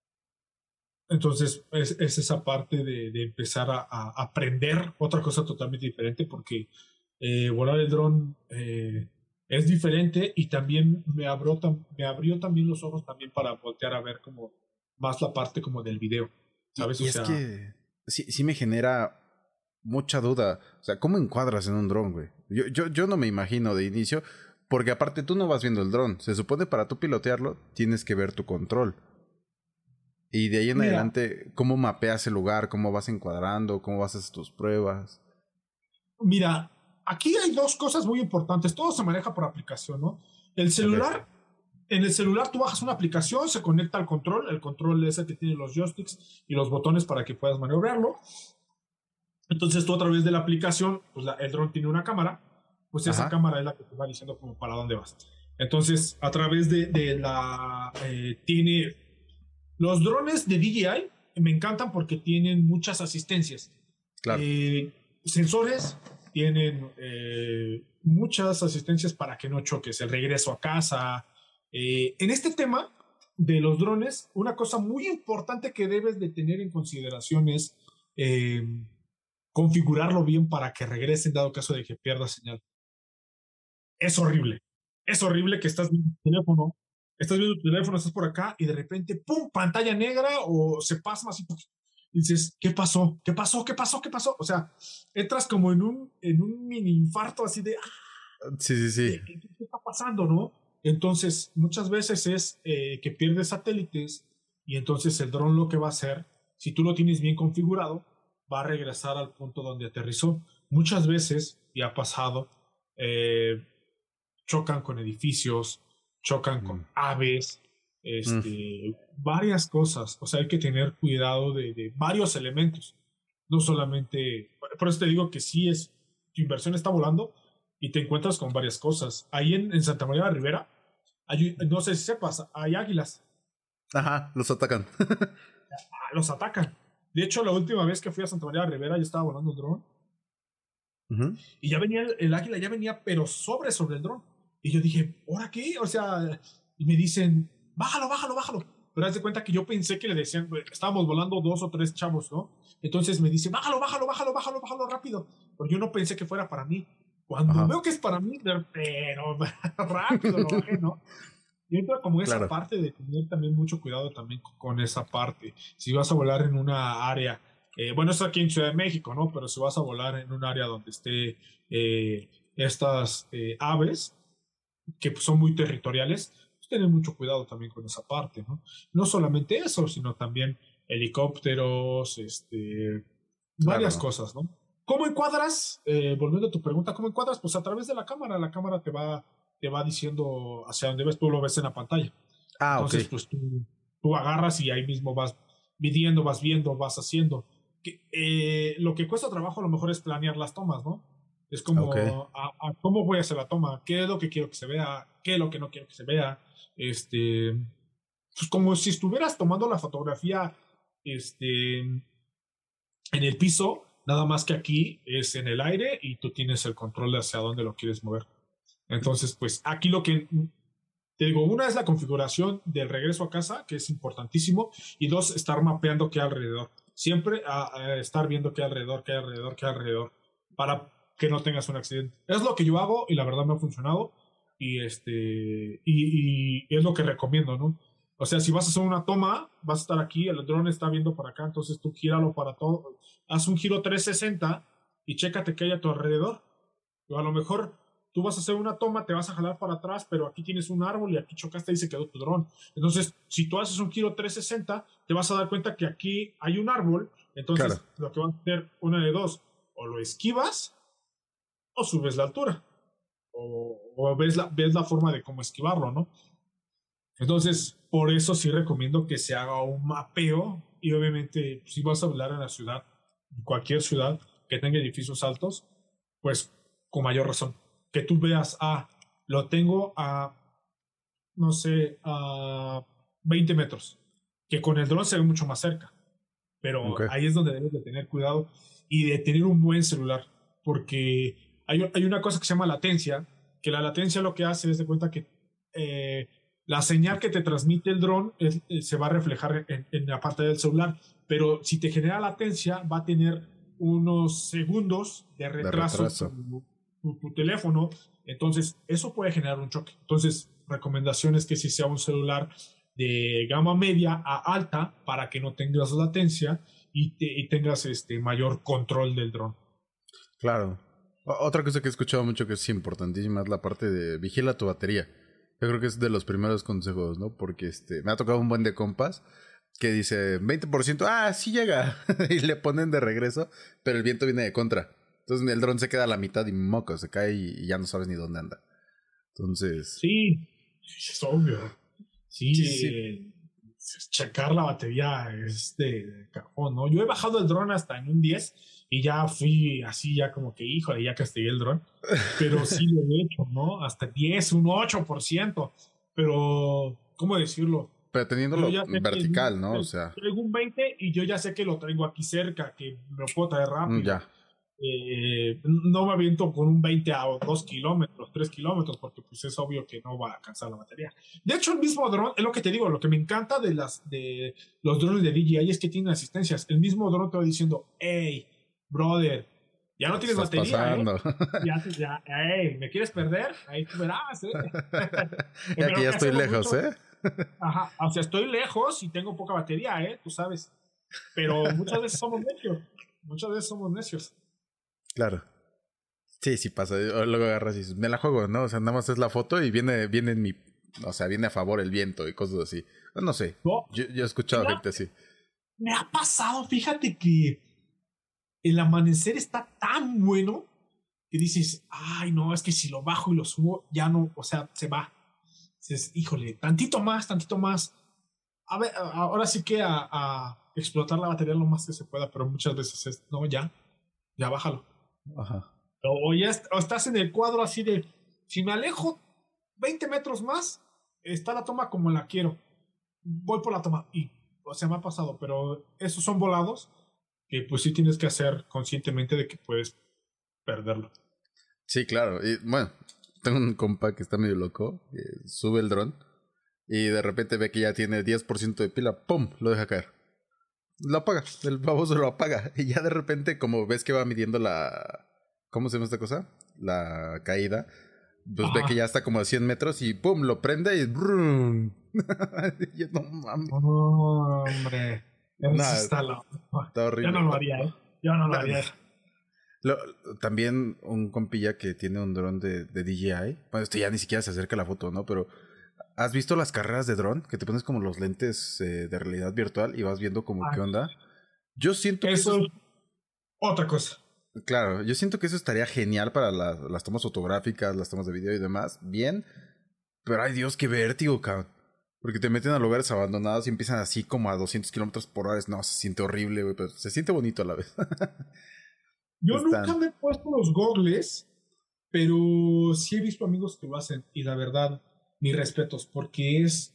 Entonces es esa parte de empezar a aprender otra cosa totalmente diferente porque volar el dron es diferente y también me abrió también los ojos también para voltear a ver como más la parte como del video, ¿sabes? Y es que sí me genera mucha duda. O sea, ¿cómo encuadras en un dron, güey? Yo no me imagino de inicio, porque aparte tú no vas viendo el dron. Se supone para tú pilotearlo tienes que ver tu control. Y de ahí en adelante, ¿cómo mapeas el lugar? ¿Cómo vas encuadrando? ¿Cómo vas a hacer tus pruebas? Mira, aquí hay dos cosas muy importantes. Todo se maneja por aplicación, ¿no? El celular, en el celular tú bajas una aplicación, se conecta al control. El control es el que tiene los joysticks y los botones para que puedas maniobrarlo. Entonces tú a través de la aplicación, pues el dron tiene una cámara, pues esa cámara es la que te va diciendo como para dónde vas. Entonces a través de la... tiene... Los drones de DJI me encantan porque tienen muchas asistencias. Claro. Sensores, tienen muchas asistencias para que no choques, el regreso a casa. En este tema de los drones, una cosa muy importante que debes de tener en consideración es configurarlo bien para que regrese en dado caso de que pierda señal. Es horrible que estás viendo tu teléfono, estás por acá y de repente, ¡pum!, pantalla negra o se pasa así. Y dices, ¿qué pasó? O sea, entras como en un mini infarto así de... Sí. ¿Qué está pasando, no? Entonces, muchas veces es que pierdes satélites y entonces el dron lo que va a hacer, si tú lo tienes bien configurado, va a regresar al punto donde aterrizó. Muchas veces, y ha pasado, chocan con edificios, chocan con aves, varias cosas. O sea, hay que tener cuidado de varios elementos. No solamente... Por eso te digo que sí es... Tu inversión está volando y te encuentras con varias cosas. Ahí en Santa María de la Ribera, no sé si sepas, hay águilas. Ajá, los atacan. Los atacan. De hecho, la última vez que fui a Santa María de la Ribera, yo estaba volando el dron. Y ya venía el águila, ya venía, pero sobre el dron. Y yo dije, ¿ahora qué? O sea, y me dicen, bájalo. Pero haz de cuenta que yo pensé que le decían, estábamos volando 2 o 3 chavos, ¿no? Entonces me dice, bájalo rápido. Pero yo no pensé que fuera para mí. Cuando veo que es para mí, pero rápido lo bajé, ¿no? Y entra como esa parte de tener también mucho cuidado también con esa parte. Si vas a volar en una área, bueno, esto aquí en Ciudad de México, ¿no? Pero si vas a volar en un área donde esté estas aves, que pues, son muy territoriales, pues tener mucho cuidado también con esa parte, ¿no? No solamente eso, sino también helicópteros, varias cosas, ¿no? ¿Cómo encuadras? Volviendo a tu pregunta, ¿cómo encuadras? Pues a través de la cámara te va diciendo hacia dónde ves, tú lo ves en la pantalla. Entonces, pues tú agarras y ahí mismo vas midiendo, vas viendo, vas haciendo. Lo que cuesta trabajo a lo mejor es planear las tomas, ¿no? Es como, ¿cómo voy a hacer la toma? ¿Qué es lo que quiero que se vea? ¿Qué es lo que no quiero que se vea? Pues como si estuvieras tomando la fotografía en el piso, nada más que aquí es en el aire y tú tienes el control de hacia dónde lo quieres mover. Entonces, pues aquí lo que te digo, una es la configuración del regreso a casa, que es importantísimo, y 2, estar mapeando qué hay alrededor. Siempre estar viendo qué hay alrededor, para que no tengas un accidente. Es lo que yo hago y la verdad me ha funcionado y es lo que recomiendo, ¿no? O sea, si vas a hacer una toma, vas a estar aquí, el dron está viendo para acá, entonces tú gíralo para todo, haz un giro 360 y chécate qué hay a tu alrededor. O a lo mejor tú vas a hacer una toma, te vas a jalar para atrás, pero aquí tienes un árbol y aquí chocaste y se quedó tu dron. Entonces, si tú haces un giro 360, te vas a dar cuenta que aquí hay un árbol, entonces lo que van a hacer, una de dos, o lo esquivas o subes la altura, o ves la forma de cómo esquivarlo, ¿no? Entonces, por eso sí recomiendo que se haga un mapeo y obviamente si vas a volar en la ciudad, cualquier ciudad que tenga edificios altos, pues con mayor razón. Que tú veas, lo tengo a, no sé, a 20 metros, que con el dron se ve mucho más cerca, pero ahí es donde debes de tener cuidado y de tener un buen celular, porque hay una cosa que se llama latencia, que la latencia lo que hace es de cuenta que la señal que te transmite el dron se va a reflejar en la parte del celular, pero si te genera latencia va a tener unos segundos de retraso. tu teléfono. Entonces, eso puede generar un choque. Entonces, recomendación es que si sea un celular de gama media a alta para que no tengas latencia y tengas mayor control del dron. Claro. Otra cosa que he escuchado mucho que es importantísima es la parte de vigila tu batería. Yo creo que es de los primeros consejos, ¿no? Porque me ha tocado un buen de compas que dice 20%, sí llega, y le ponen de regreso, pero el viento viene de contra. Entonces el dron se queda a la mitad y moco, se cae y ya no sabes ni dónde anda. Entonces... Sí, es obvio. Sí. Checar la batería es de cajón, ¿no? Yo he bajado el dron hasta en un 10 y ya fui así, ya como que, híjole, ya castigué el dron. Pero sí lo he hecho, ¿no? Hasta 10, un 8%. Pero, ¿cómo decirlo? Pero teniéndolo vertical, ¿no? O sea... Traigo un 20 y yo ya sé que lo traigo aquí cerca, que me lo puedo traer rápido. Ya. No me aviento con un 20 a 2 kilómetros, 3 kilómetros, porque pues es obvio que no va a alcanzar la batería. De hecho, el mismo dron, es lo que te digo, lo que me encanta de los drones de DJI es que tienen asistencias. El mismo dron te va diciendo, hey, brother, ya no tienes batería, hey, ¿me quieres perder? Ahí tú verás, Y aquí ya estoy lejos, mucho. Ajá, o sea, estoy lejos y tengo poca batería, tú sabes. Pero muchas veces somos necios. Claro. Sí pasa. Luego agarras y dices, me la juego, ¿no? O sea, nada más es la foto y viene viene a favor el viento y cosas así. No sé. No, yo he escuchado gente así. Me ha pasado, fíjate que el amanecer está tan bueno que dices, ay, no, es que si lo bajo y lo subo, ya no, o sea, se va. Dices, híjole, tantito más. A ver, ahora sí que a explotar la batería lo más que se pueda, pero muchas veces es, no, ya bájalo. Ajá. O estás en el cuadro así de, si me alejo 20 metros más, está la toma como la quiero. Voy por la toma y, o sea, me ha pasado, pero esos son volados que pues sí tienes que hacer conscientemente de que puedes perderlo. Sí, claro. Y bueno, tengo un compa que está medio loco, sube el dron y de repente ve que ya tiene 10% de pila, ¡pum!, lo deja caer. Lo apaga, el baboso lo apaga. Y ya de repente, como ves que va midiendo ¿cómo se llama esta cosa? La caída. Pues ve que ya está como a 100 metros y ¡pum!, lo prende y ¡brum! Yo, no mames. Oh, hombre. Está horrible. Yo no lo haría, También un compilla que tiene un dron de DJI. Bueno, ya ni siquiera se acerca a la foto, ¿no? Pero ¿has visto las carreras de dron? Que te pones como los lentes de realidad virtual y vas viendo como qué onda. Yo siento que eso es otra cosa. Claro, yo siento que eso estaría genial para las tomas fotográficas, las tomas de video y demás. Bien, pero ay Dios, qué vértigo, cabrón. Porque te meten a lugares abandonados y empiezan así como a 200 kilómetros por hora. No, se siente horrible, güey, pero se siente bonito a la vez. Yo nunca me he puesto los gogles, pero sí he visto amigos que lo hacen. Y la verdad, mis respetos, porque es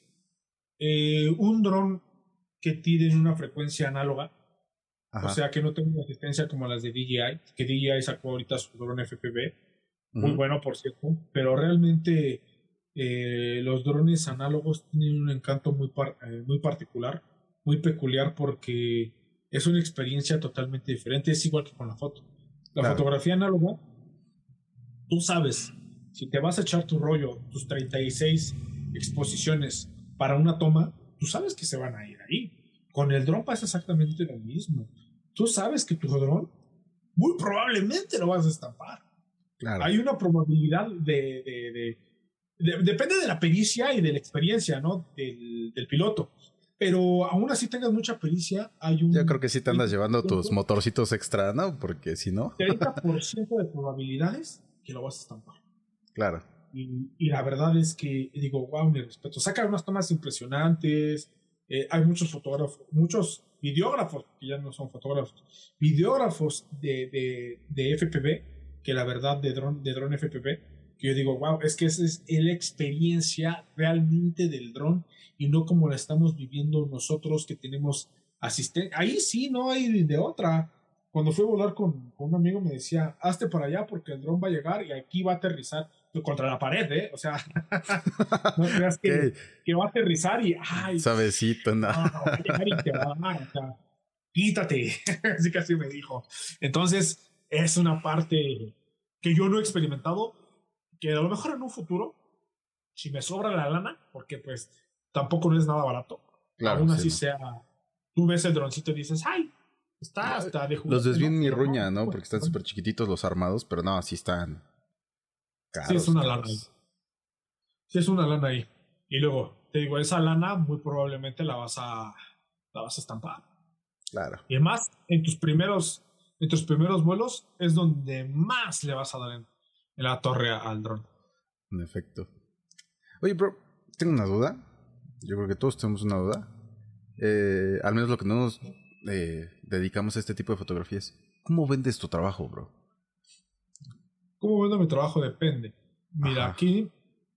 un dron que tire en una frecuencia análoga. Ajá. O sea, que no tenga una asistencia como las de DJI, que DJI sacó ahorita su dron FPV. Muy bueno, por cierto. Pero realmente los drones análogos tienen un encanto muy particular, muy peculiar, porque es una experiencia totalmente diferente. Es igual que con la foto. La fotografía análoga, tú sabes, si te vas a echar tu rollo, tus 36 exposiciones para una toma, tú sabes que se van a ir ahí. Con el dron pasa exactamente lo mismo. Tú sabes que tu dron muy probablemente lo vas a estampar. Claro. Hay una probabilidad depende de la pericia y de la experiencia, ¿no? del piloto. Pero aún así tengas mucha pericia, hay un... Yo creo que sí te andas llevando tus motorcitos extra, ¿no? Porque si no... 30% de probabilidades que lo vas a estampar. Claro. Y la verdad es que digo, wow, mi respeto. Saca unas tomas impresionantes. Hay muchos fotógrafos, muchos videógrafos, que ya no son fotógrafos, videógrafos de FPV, que la verdad de dron FPV, que yo digo, wow, es que esa es la experiencia realmente del dron y no como la estamos viviendo nosotros que tenemos asistencia. Ahí sí, no hay de otra. Cuando fui a volar con un amigo me decía, hazte para allá porque el dron va a llegar y aquí va a aterrizar contra la pared, o sea, no creas que va a aterrizar y ay, suavecito, no. Va a llegar y te va a dar, o sea, quítate, así casi me dijo. Entonces es una parte que yo no he experimentado, que a lo mejor en un futuro, si me sobra la lana, porque pues tampoco no es nada barato, Claro, aún sí, así ¿no? sea, tú ves el droncito y dices, ¡ay! Está hasta de juguete. Los ves bien ¿no? ni Pero ruña, no, ¿no? Porque están súper chiquititos los armados, pero no, sí están sí es caros, una lana ahí. caros. Sí es una lana ahí. Y luego, te digo, esa lana muy probablemente la vas a estampar. Claro, Y además, en tus primeros vuelos es donde más le vas a dar en la torre al dron. en efecto. Oye, bro, tengo una duda. Yo creo que todos tenemos una duda. Al menos lo que no nos dedicamos a este tipo de fotografías. ¿Cómo vendes tu trabajo, bro? ¿Cómo vendo mi trabajo? Depende. Mira, Ajá. aquí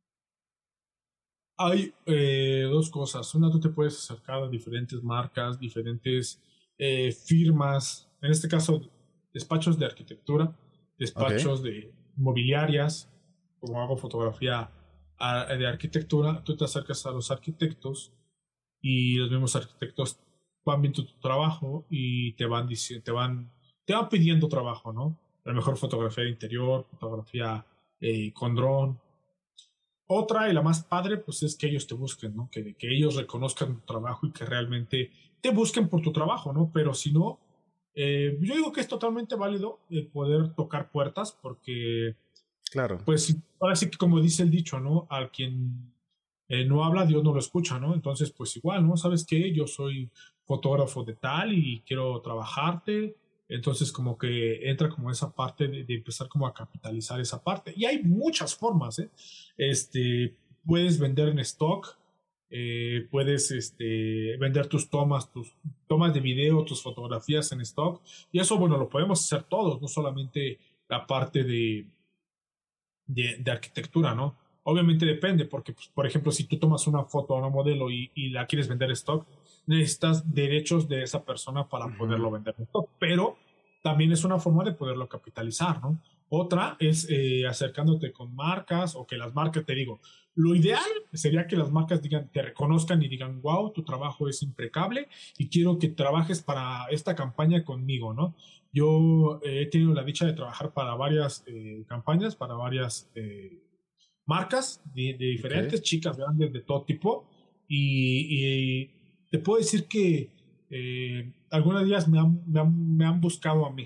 hay dos cosas. Una, tú te puedes acercar a diferentes marcas, diferentes firmas. En este caso, despachos de arquitectura, Ok, despachos de mobiliarias. Como hago fotografía de arquitectura, tú te acercas a los arquitectos y los mismos arquitectos van viendo tu trabajo y te van diciendo, te van pidiendo trabajo, ¿no? A lo mejor fotografía de interior, fotografía con dron. Otra y la más padre, pues es que ellos te busquen, ¿no? Que ellos reconozcan tu trabajo y que realmente te busquen por tu trabajo, ¿no? Pero si no, yo digo que es totalmente válido el poder tocar puertas porque claro. pues ahora sí que como dice el dicho, ¿no? Al quien no habla, Dios no lo escucha, ¿no? Entonces, pues igual, ¿no? ¿Sabes qué? Yo soy fotógrafo de tal y quiero trabajarte. Entonces, como que entra como esa parte de empezar como a capitalizar esa parte. Y hay muchas formas, ¿eh? Puedes vender en stock, puedes vender tus tomas de video, tus fotografías en stock. Y eso, bueno, lo podemos hacer todos, no solamente la parte de arquitectura, ¿no? Obviamente depende, porque, pues, por ejemplo, si tú tomas una foto a una modelo y la quieres vender stock, necesitas derechos de esa persona para Ujú. poderlo vender stock, pero también es una forma de poderlo capitalizar, ¿no? Otra es acercándote con marcas o que las marcas, te digo, lo ideal sería que las marcas digan, te reconozcan y digan, wow, tu trabajo es impecable y quiero que trabajes para esta campaña conmigo, ¿no? Yo he tenido la dicha de trabajar para varias campañas, para varias marcas de Ok, diferentes, chicas grandes de todo tipo. Y te puedo decir que algunos días me han buscado a mí.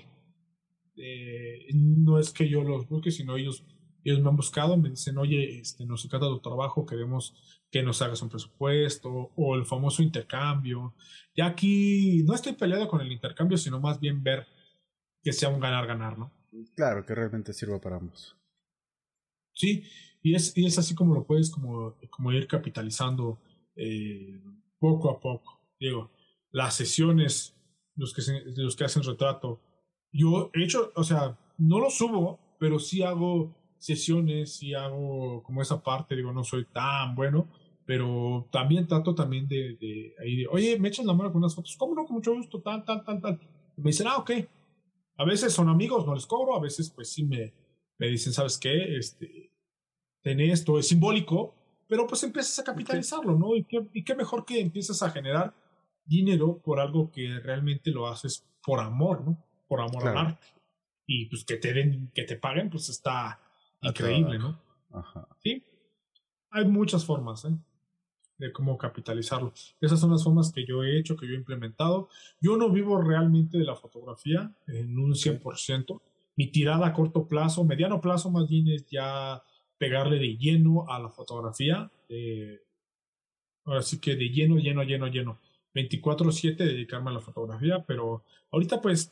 No es que yo los busque, sino ellos me han buscado, me dicen, oye, nos encanta tu trabajo, queremos que nos hagas un presupuesto o el famoso intercambio. Y aquí no estoy peleado con el intercambio, sino más bien ver que sea un ganar-ganar, ¿no? claro, que realmente sirva para ambos. Sí, y es así como lo puedes como ir capitalizando poco a poco. Digo, las sesiones, los que hacen retrato, yo he hecho, o sea, no lo subo, pero sí hago sesiones, sí hago como esa parte, digo, no soy tan bueno, pero también trato también ahí oye, me echas la mano con unas fotos, ¿cómo no? Con mucho gusto, tal, tal, tal, tal. Y me dicen, ok. A veces son amigos, no les cobro, a veces pues sí me dicen, ¿sabes qué? Ten esto, es simbólico, pero pues empiezas a Ok, capitalizarlo, ¿no? Y qué mejor que empiezas a generar dinero por algo que realmente lo haces por amor, ¿no? Por amor al claro, arte. Y pues que te paguen, pues está a todo increíble, dar. ¿no? Ajá. Sí, hay muchas formas, ¿eh? De cómo capitalizarlo. Esas son las formas que yo he hecho, que yo he implementado. Yo no vivo realmente de la fotografía en un Ok, 100%. Mi tirada a corto plazo, mediano plazo más bien es ya pegarle de lleno a la fotografía. Ahora sí que de lleno, lleno, lleno, lleno. 24/7 dedicarme a la fotografía, pero ahorita pues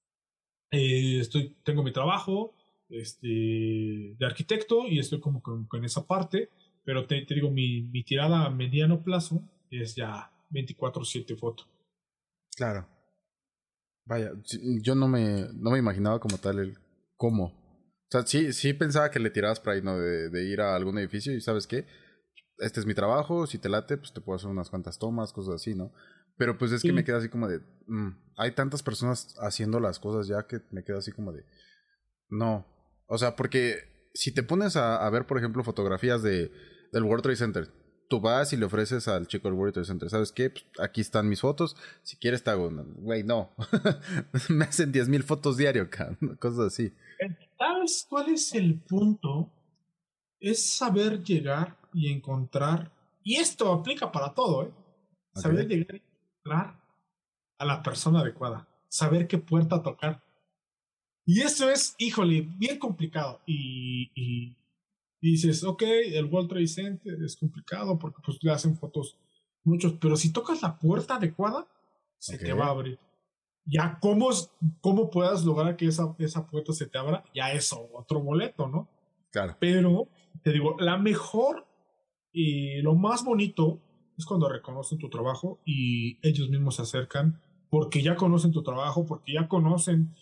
tengo mi trabajo de arquitecto y estoy como con esa parte, pero te digo, mi tirada a mediano plazo es ya 24/7 foto. claro. Vaya, yo no me imaginaba como tal el cómo. O sea, sí pensaba que le tirabas por ahí, ¿no? De ir a algún edificio y ¿sabes qué? Este es mi trabajo, si te late, pues te puedo hacer unas cuantas tomas, cosas así, ¿no? Pero pues es que me Sí, queda así como de... hay tantas personas haciendo las cosas ya que me quedo así como de... No. O sea, porque si te pones a ver, por ejemplo, fotografías del World Trade Center, tú vas y le ofreces al chico del World Trade Center, ¿sabes qué? Pues, aquí están mis fotos, si quieres te hago una. Güey, no. Me hacen 10,000 fotos diario, cabrón, cosas así. está cuál es el punto? Es saber llegar y encontrar, y esto aplica para todo, ¿eh? Saber llegar y encontrar a la persona adecuada, saber qué puerta tocar. Y eso es, híjole, bien complicado. Y dices, ok, el World Trade Center es complicado porque pues le hacen fotos muchos, pero si tocas la puerta adecuada, se te va a abrir. Ya cómo puedas lograr que esa puerta se te abra, ya es otro boleto, ¿no? Claro. Pero, te digo, la mejor y lo más bonito es cuando reconocen tu trabajo y ellos mismos se acercan porque ya conocen tu trabajo, porque ya conocen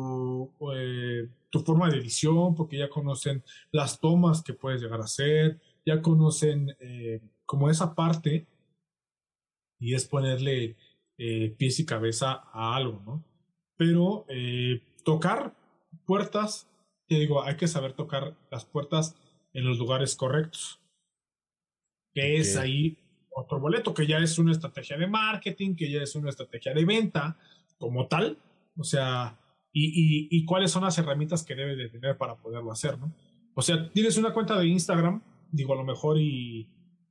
tu forma de edición, porque ya conocen las tomas que puedes llegar a hacer, ya conocen como esa parte y es ponerle pies y cabeza a algo, ¿no? Pero tocar puertas, te digo, hay que saber tocar las puertas en los lugares correctos. Que es ahí otro boleto, que ya es una estrategia de marketing, que ya es una estrategia de venta como tal. O sea, y cuáles son las herramientas que debes de tener para poderlo hacer, ¿no? O sea, tienes una cuenta de Instagram, digo, a lo mejor y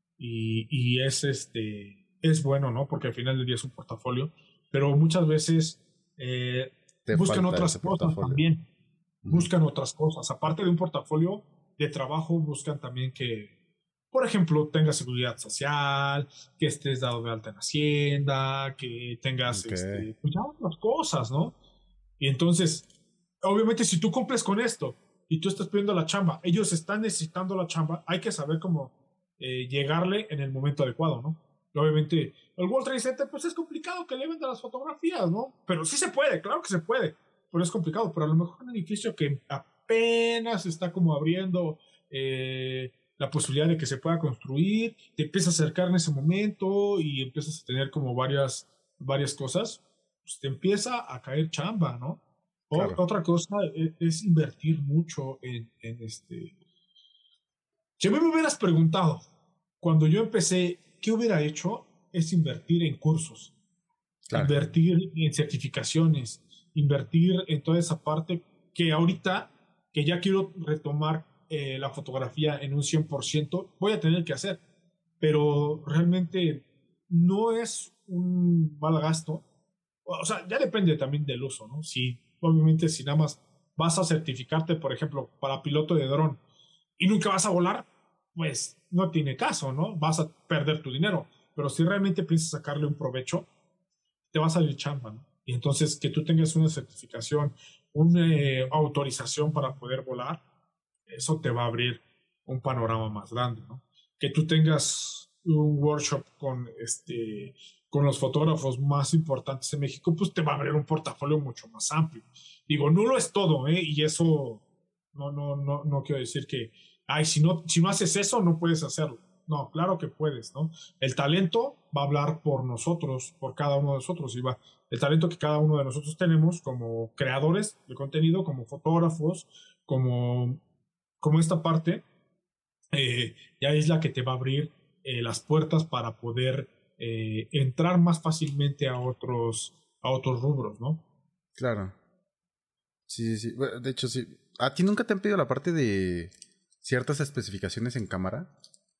es bueno, ¿no? Porque al final del día es un portafolio, pero muchas veces buscan otras cosas también. Buscan otras cosas. Aparte de un portafolio de trabajo, buscan también que, por ejemplo, tengas seguridad social, que estés dado de alta en Hacienda, que tengas pues ya otras cosas, ¿no? Y entonces, obviamente, si tú cumples con esto y tú estás pidiendo la chamba, ellos están necesitando la chamba, hay que saber cómo llegarle en el momento adecuado, ¿no? Y obviamente, el World Trade Center, pues es complicado que le vendan las fotografías, ¿no? Pero sí se puede, claro que se puede, pero es complicado. Pero a lo mejor un edificio que apenas está como abriendo la posibilidad de que se pueda construir, te empieza a acercar en ese momento y empiezas a tener como varias cosas, pues te empieza a caer chamba, ¿no? Claro. Otra cosa es invertir mucho en Si a mí me hubieras preguntado cuando yo empecé qué hubiera hecho, es invertir en cursos, invertir en certificaciones, invertir en toda esa parte que ahorita que ya quiero retomar la fotografía en un 100%, voy a tener que hacer, pero realmente no es un mal gasto. O sea, ya depende también del uso, ¿no? Obviamente, si nada más vas a certificarte, por ejemplo, para piloto de dron y nunca vas a volar, pues no tiene caso, ¿no? Vas a perder tu dinero. Pero si realmente piensas sacarle un provecho, te va a salir chamba, ¿no? Y entonces que tú tengas una certificación, una autorización para poder volar, eso te va a abrir un panorama más grande, ¿no? Que tú tengas un workshop con los fotógrafos más importantes en México, pues te va a abrir un portafolio mucho más amplio. Digo, no lo es todo, y eso no quiero decir que, si no haces eso, no puedes hacerlo. No, claro que puedes, ¿no? El talento va a hablar por nosotros, por cada uno de nosotros, el talento que cada uno de nosotros tenemos como creadores de contenido, como fotógrafos, como esta parte, ya es la que te va a abrir las puertas para poder entrar más fácilmente a otros rubros, ¿no? Claro. Sí. Bueno, de hecho, sí. ¿A ti nunca te han pedido la parte de ciertas especificaciones en cámara?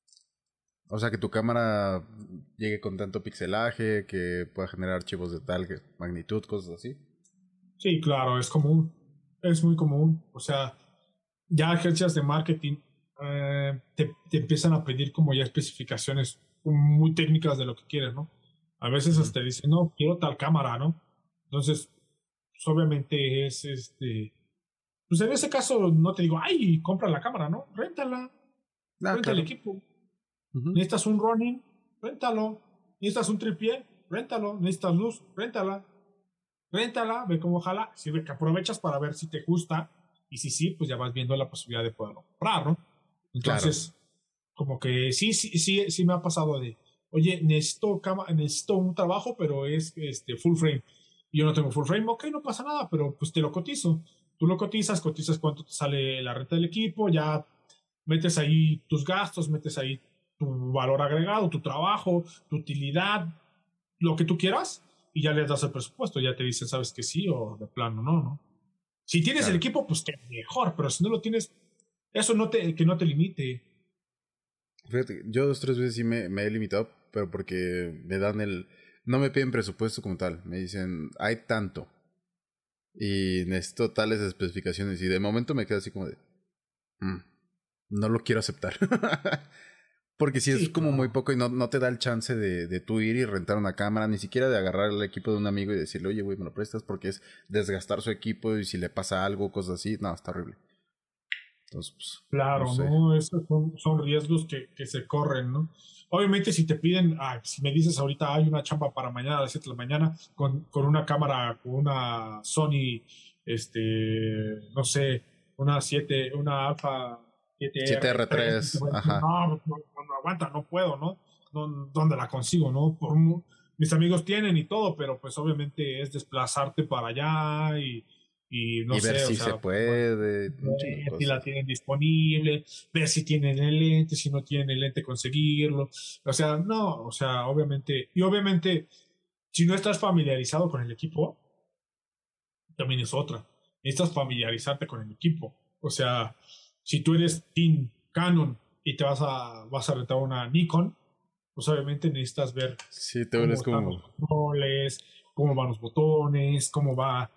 O sea, que tu cámara llegue con tanto pixelaje, que pueda generar archivos de tal magnitud, cosas así. Sí, claro, es común. Es muy común. O sea, ya agencias de marketing te empiezan a pedir como ya especificaciones muy técnicas de lo que quieres, ¿no? A veces hasta dicen, no, quiero tal cámara, ¿no? Entonces, pues obviamente es pues en ese caso no te digo, ay, compra la cámara, ¿no? Réntala. Renta el equipo. ¿Necesitas un Ronin? Réntalo. ¿Necesitas un tripié? Réntalo. ¿Necesitas luz? Réntala, ve cómo jala. Si que aprovechas para ver si te gusta. Y si sí, pues ya vas viendo la posibilidad de poderlo comprar, ¿no? Entonces, como que sí me ha pasado de, oye, necesito un trabajo, pero es full frame. Y yo no tengo full frame, ok, no pasa nada, pero pues te lo cotizo. Tú lo cotizas cuánto te sale la renta del equipo, ya metes ahí tus gastos, metes ahí tu valor agregado, tu trabajo, tu utilidad, lo que tú quieras, y ya les das el presupuesto, ya te dicen, sabes que sí o de plano no, ¿no? Si tienes el equipo, pues que mejor, pero si no lo tienes, eso que no te limite. Fíjate, yo 2-3 veces sí me he limitado, pero porque me dan no me piden presupuesto como tal, me dicen, hay tanto, y necesito tales especificaciones, y de momento me quedo así como de, no lo quiero aceptar. Porque si es como muy poco y no te da el chance de tú ir y rentar una cámara, ni siquiera de agarrar el equipo de un amigo y decirle, oye, güey, me lo prestas, porque es desgastar su equipo y si le pasa algo, cosas así, no, está horrible. Entonces, pues, claro, no sé. ¿no? Esos son riesgos que se corren, ¿no? Obviamente, si te piden, si me dices ahorita hay una chamba para mañana a las 7 de la mañana con una cámara, con una Sony, no sé, una Alpha 7R3, ajá. No aguanta, no puedo, ¿no? ¿Dónde la consigo, no? Mis amigos tienen y todo, pero pues obviamente es desplazarte para allá y no y sé, ver si se puede, ver si la tienen disponible, ver si tienen el lente, si no tienen el lente, conseguirlo. O sea, no, o sea, obviamente, si no estás familiarizado con el equipo, también es otra. Necesitas familiarizarte con el equipo. O sea, si tú eres Team Canon y vas a rentar una Nikon, pues obviamente necesitas ver cómo están los controles, cómo van los botones, cómo va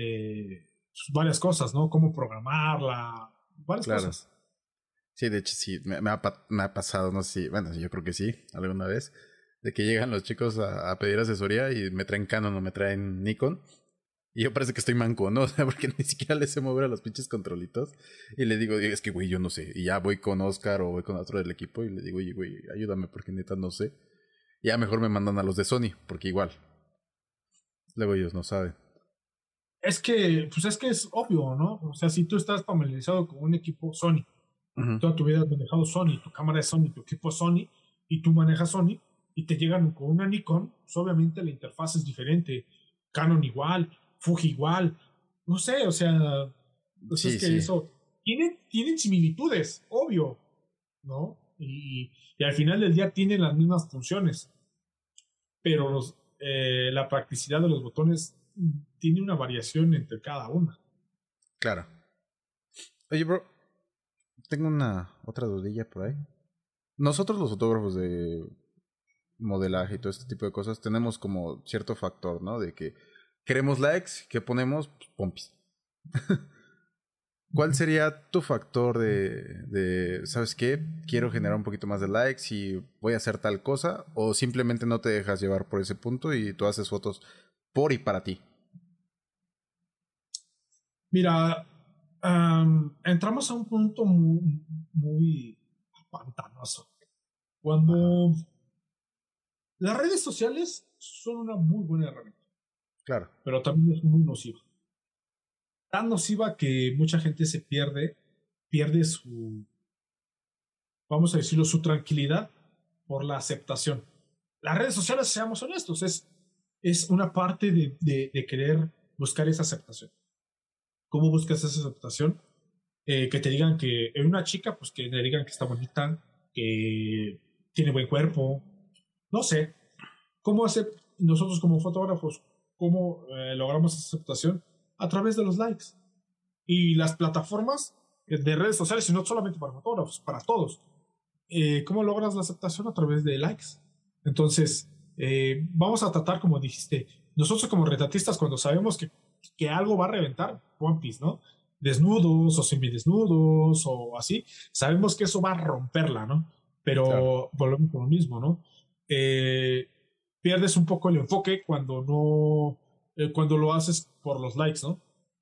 varias cosas, ¿no? Cómo programarla, varias cosas. Sí, de hecho sí, me ha pasado, no sé si, bueno, yo creo que sí, alguna vez, de que llegan los chicos a pedir asesoría y me traen Canon o me traen Nikon. Y yo parece que estoy manco, ¿no? O sea, porque ni siquiera le sé mover a los pinches controlitos. Y le digo, es que, güey, yo no sé. Y ya voy con Oscar o voy con otro del equipo y le digo, oye, güey, ayúdame porque neta no sé. Y ya mejor me mandan a los de Sony, porque igual. Luego ellos no saben. Es que es obvio, ¿no? O sea, si tú estás familiarizado con un equipo Sony, toda tu vida has manejado Sony, tu cámara es Sony, tu equipo es Sony, y tú manejas Sony, y te llegan con una Nikon, pues obviamente la interfaz es diferente. Canon igual, Fuji igual, no sé, o sea, pues es que eso tienen similitudes, obvio, ¿no? Y al final del día tienen las mismas funciones, pero la practicidad de los botones tiene una variación entre cada una. Claro. Oye, bro, tengo otra dudilla por ahí. Nosotros los fotógrafos de modelaje y todo este tipo de cosas tenemos como cierto factor, ¿no? De que queremos likes, ¿qué ponemos? Pues, pompis. ¿Cuál sería tu factor de, ¿sabes qué? Quiero generar un poquito más de likes y voy a hacer tal cosa, o simplemente no te dejas llevar por ese punto y tú haces fotos por y para ti? Mira, entramos a un punto muy, muy pantanoso. Cuando las redes sociales son una muy buena herramienta. Claro. Pero también es muy nociva. Tan nociva que mucha gente se pierde su, vamos a decirlo, su tranquilidad por la aceptación. Las redes sociales, seamos honestos, es una parte de querer buscar esa aceptación. ¿Cómo buscas esa aceptación? Que te digan que una chica, pues que le digan que está bonita, que tiene buen cuerpo, no sé. ¿Cómo hacer nosotros como fotógrafos? ¿Cómo logramos esa aceptación? A través de los likes. Y las plataformas de redes sociales, y no solamente para fotógrafos, para todos. ¿Cómo logras la aceptación? A través de likes. Entonces, vamos a tratar, como dijiste, nosotros como retratistas, cuando sabemos que algo va a reventar, One Piece, ¿no? Desnudos o semidesnudos o así, sabemos que eso va a romperla, ¿no? Pero claro, volvemos con lo mismo, ¿no? Pierdes un poco el enfoque cuando cuando lo haces por los likes, ¿no?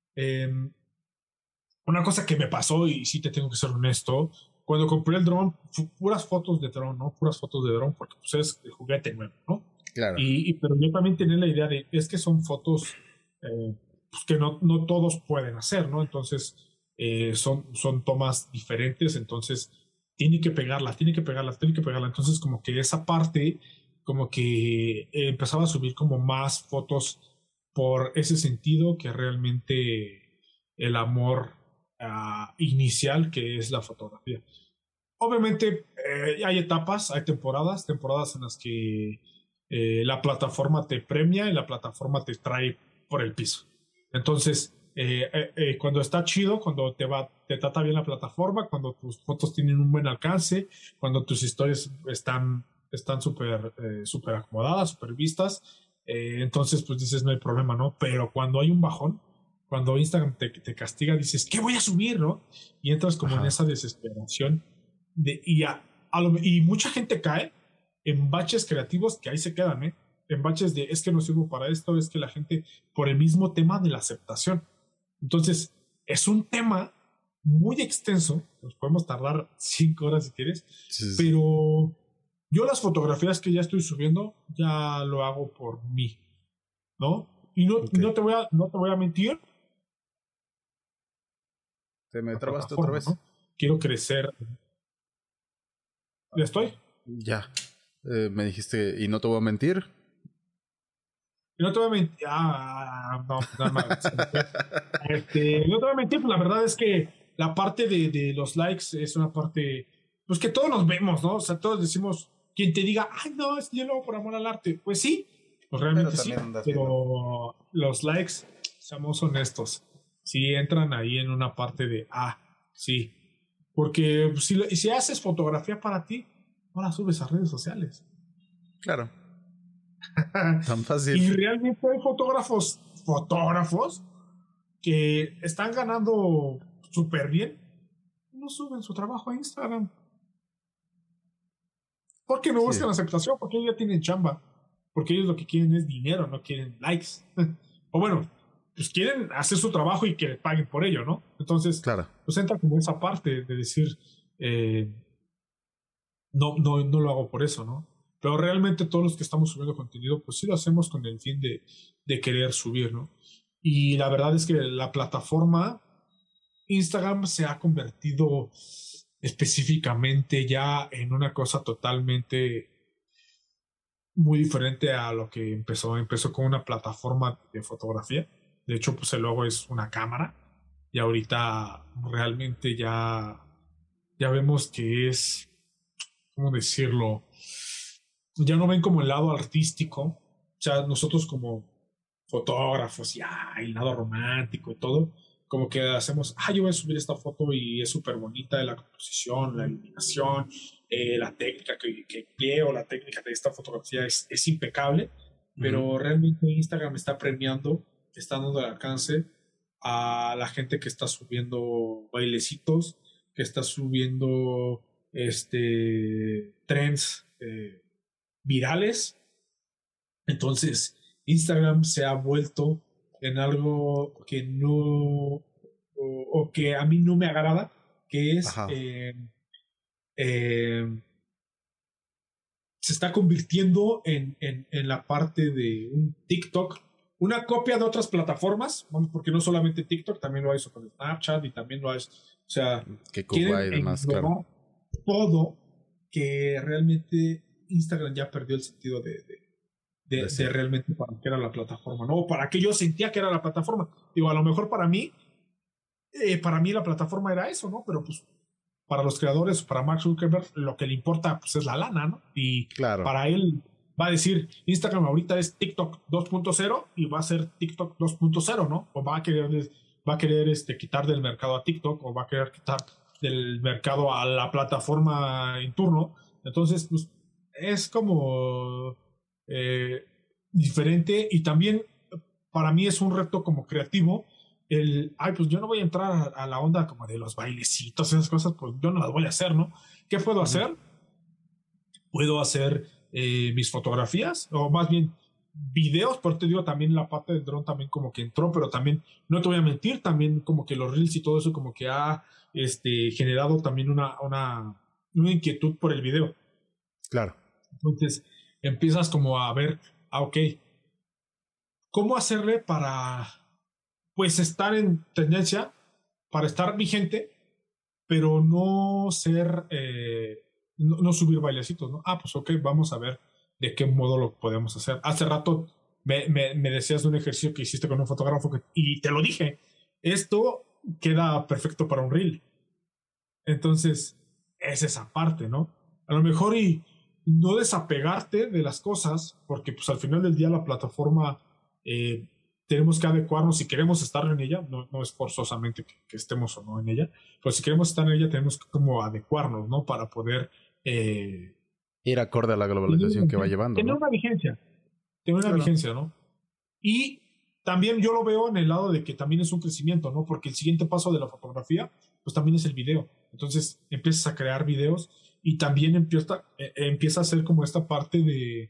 Una cosa que me pasó, y sí te tengo que ser honesto, cuando compré el dron, puras fotos de dron, ¿no? Puras fotos de dron, porque pues es el juguete nuevo, ¿no? Claro. Pero yo también tenía la idea de, es que son fotos pues que no todos pueden hacer, ¿no? Entonces, son tomas diferentes, entonces tiene que pegarlas. Entonces, como que esa parte, como que empezaba a subir como más fotos por ese sentido que realmente el amor inicial que es la fotografía. Obviamente hay etapas, hay temporadas en las que la plataforma te premia y la plataforma te trae por el piso. Entonces, cuando está chido, cuando te trata bien la plataforma, cuando tus fotos tienen un buen alcance, cuando tus historias están súper acomodadas, súper vistas, entonces pues dices no hay problema, ¿no? Pero cuando hay un bajón, cuando Instagram te castiga, dices, ¿qué voy a subir, no? Y entras como en esa desesperación y mucha gente cae en baches creativos que ahí se quedan, ¿eh? En baches de es que no sirvo para esto, es que la gente, por el mismo tema de la aceptación. Entonces, es un tema muy extenso, nos podemos tardar 5 horas si quieres, pero yo las fotografías que ya estoy subiendo ya lo hago por mí, ¿no? Y no te voy a mentir. ¿Te me trabaste otra vez? ¿No? Quiero crecer. ¿Ya estoy? Ya. Me dijiste, y no te voy a mentir. Y no te voy a mentir. No te voy a mentir, pues la verdad es que la parte de los likes es una parte, pues que todos nos vemos, ¿no? O sea, todos decimos, quien te diga, ay, no, es que yo lo hago por amor al arte. Pues sí, pues realmente sí. Pero los likes, seamos honestos, sí entran ahí en una parte de, sí. Porque si haces fotografía para ti, no la subes a redes sociales. Claro. Tan fácil. Y realmente hay fotógrafos que están ganando súper bien, no suben su trabajo a Instagram. Porque no buscan aceptación, porque ellos ya tienen chamba. Porque ellos lo que quieren es dinero, no quieren likes. O bueno, pues quieren hacer su trabajo y que le paguen por ello, ¿no? Entonces, claro, pues entra como esa parte de decir, no lo hago por eso, ¿no? Pero realmente todos los que estamos subiendo contenido, pues sí lo hacemos con el fin de querer subir, ¿no? Y la verdad es que la plataforma Instagram se ha convertido específicamente ya en una cosa totalmente muy diferente a lo que empezó. Empezó con una plataforma de fotografía. De hecho, pues el logo es una cámara. Y ahorita realmente ya vemos que es, ¿cómo decirlo? Ya no ven como el lado artístico. O sea, nosotros como fotógrafos y el lado romántico y todo, como que hacemos, yo voy a subir esta foto y es súper bonita la composición, la iluminación, la técnica que empleo, la técnica de esta fotografía es impecable, pero realmente Instagram está premiando, está dando el alcance a la gente que está subiendo bailecitos, que está subiendo trends virales. Entonces Instagram se ha vuelto en algo que no o que a mí no me agrada, que es se está convirtiendo en la parte de un TikTok, una copia de otras plataformas, porque no solamente TikTok, también lo ha hecho con Snapchat y también lo ha hecho, o sea, que quieren demás, claro, todo, que realmente Instagram ya perdió el sentido de realmente para qué era la plataforma, ¿no? Para qué yo sentía que era la plataforma. Digo, a lo mejor para mí la plataforma era eso, ¿no? Pero pues para los creadores, para Mark Zuckerberg, lo que le importa pues es la lana, ¿no? Y claro, para él va a decir, Instagram ahorita es TikTok 2.0 y va a ser TikTok 2.0, ¿no? O va a querer quitar del mercado a TikTok, o va a querer quitar del mercado a la plataforma en turno. Entonces, pues es como diferente, y también para mí es un reto como creativo pues yo no voy a entrar a la onda como de los bailecitos, esas cosas, pues yo no las voy a hacer, ¿no? ¿Qué puedo hacer? Puedo hacer mis fotografías, o más bien videos, pero te digo, también la parte del dron también como que entró, pero también, no te voy a mentir, también como que los reels y todo eso como que ha generado también una inquietud por el video. Claro. Entonces empiezas como a ver, ok, ¿cómo hacerle para pues estar en tendencia, para estar vigente, pero no ser, no subir bailecitos, ¿no? Pues ok, vamos a ver de qué modo lo podemos hacer. Hace rato me decías de un ejercicio que hiciste con un fotógrafo y te lo dije, esto queda perfecto para un reel. Entonces, es esa parte, ¿no? A lo mejor y no desapegarte de las cosas, porque pues al final del día la plataforma tenemos que adecuarnos si queremos estar en ella, no es forzosamente que estemos o no en ella, pero si queremos estar en ella tenemos que como adecuarnos, ¿no? Para poder ir acorde a la globalización que va llevando, tener ¿no? una vigencia, ¿no? Y también yo lo veo en el lado de que también es un crecimiento, ¿no? Porque el siguiente paso de la fotografía, pues también es el video. Entonces empiezas a crear videos y también empieza a ser como esta parte de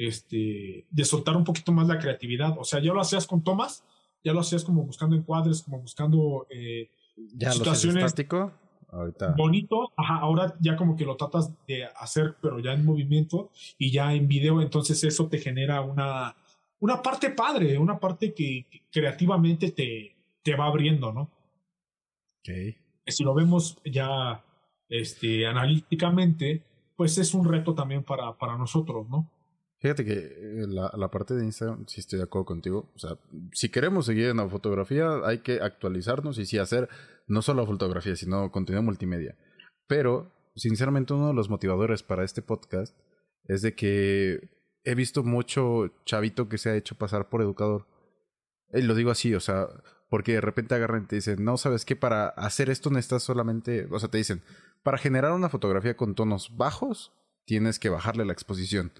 soltar un poquito más la creatividad. O sea, ya lo hacías con tomas, ya lo hacías como buscando encuadres, como buscando ya situaciones lo estático. Ahorita. Bonito, ahora ya como que lo tratas de hacer, pero ya en movimiento y ya en video, entonces eso te genera una parte padre, una parte que creativamente te va abriendo, ¿no? Okay. Si lo vemos ya analíticamente, pues es un reto también para nosotros, ¿no? Fíjate que la parte de Instagram, sí estoy de acuerdo contigo. O sea, si queremos seguir en la fotografía, hay que actualizarnos y sí hacer no solo fotografía, sino contenido multimedia. Pero, sinceramente, uno de los motivadores para este podcast es de que he visto mucho chavito que se ha hecho pasar por educador. Y lo digo así, o sea, porque de repente agarran y te dicen, no, ¿sabes qué? Para hacer esto necesitas solamente... O sea, te dicen, para generar una fotografía con tonos bajos, tienes que bajarle la exposición.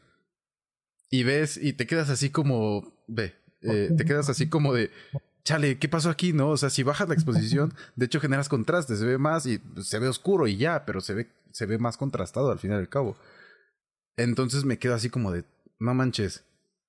Y ves y te quedas así como... te quedas así como de... Chale, ¿qué pasó aquí? ¿No? O sea, si bajas la exposición, de hecho generas contraste, se ve más y se ve oscuro y ya, pero se ve más contrastado al fin y al cabo. Entonces me quedo así como de... No manches,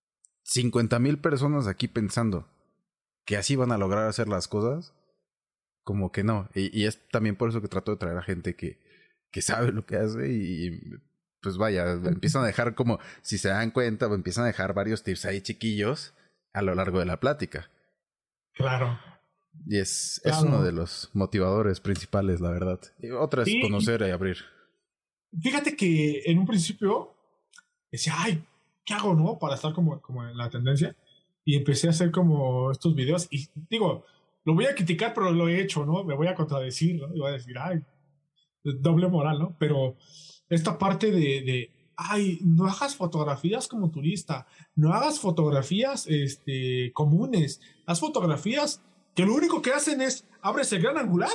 50,000 personas aquí pensando que así van a lograr hacer las cosas, como que no. Y es también por eso que trato de traer a gente que sabe lo que hace y pues vaya, empiezan a dejar como, si se dan cuenta, empiezan a dejar varios tips ahí chiquillos a lo largo de la plática. Claro. Y es uno de los motivadores principales, la verdad. Y otra es conocer y abrir. Fíjate que en un principio decía, ay, ¿qué hago, no? Para estar como en la tendencia. Y empecé a hacer como estos videos. Y digo, lo voy a criticar, pero lo he hecho, ¿no? Me voy a contradecir, ¿no? Y voy a decir, ay, doble moral, ¿no? Pero esta parte ay, no hagas fotografías como turista, no hagas fotografías comunes, haz fotografías que lo único que hacen es abres el gran angular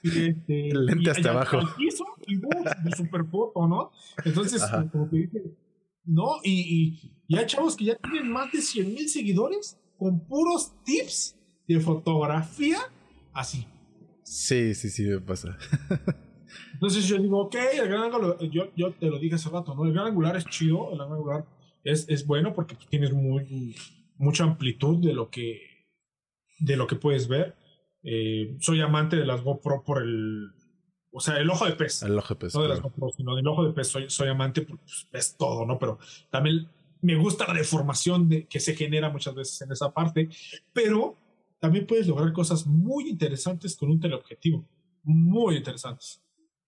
y el lente hasta abajo al piso y de super foto, ¿no? Entonces, como que dije, no, y hay chavos que ya tienen más de 100,000 seguidores con puros tips de fotografía así. Sí, me pasa. Entonces yo digo, ok, el gran angular, yo te lo dije hace rato, ¿no? El gran angular es chido, el gran angular es bueno porque tienes mucha amplitud de lo que puedes ver. Soy amante de las GoPro por el ojo de pez. El ojo de pez. No de las GoPro, sino del ojo de pez soy amante porque pues, ves todo, ¿no? Pero también me gusta la deformación que se genera muchas veces en esa parte, pero también puedes lograr cosas muy interesantes con un teleobjetivo. Muy interesantes.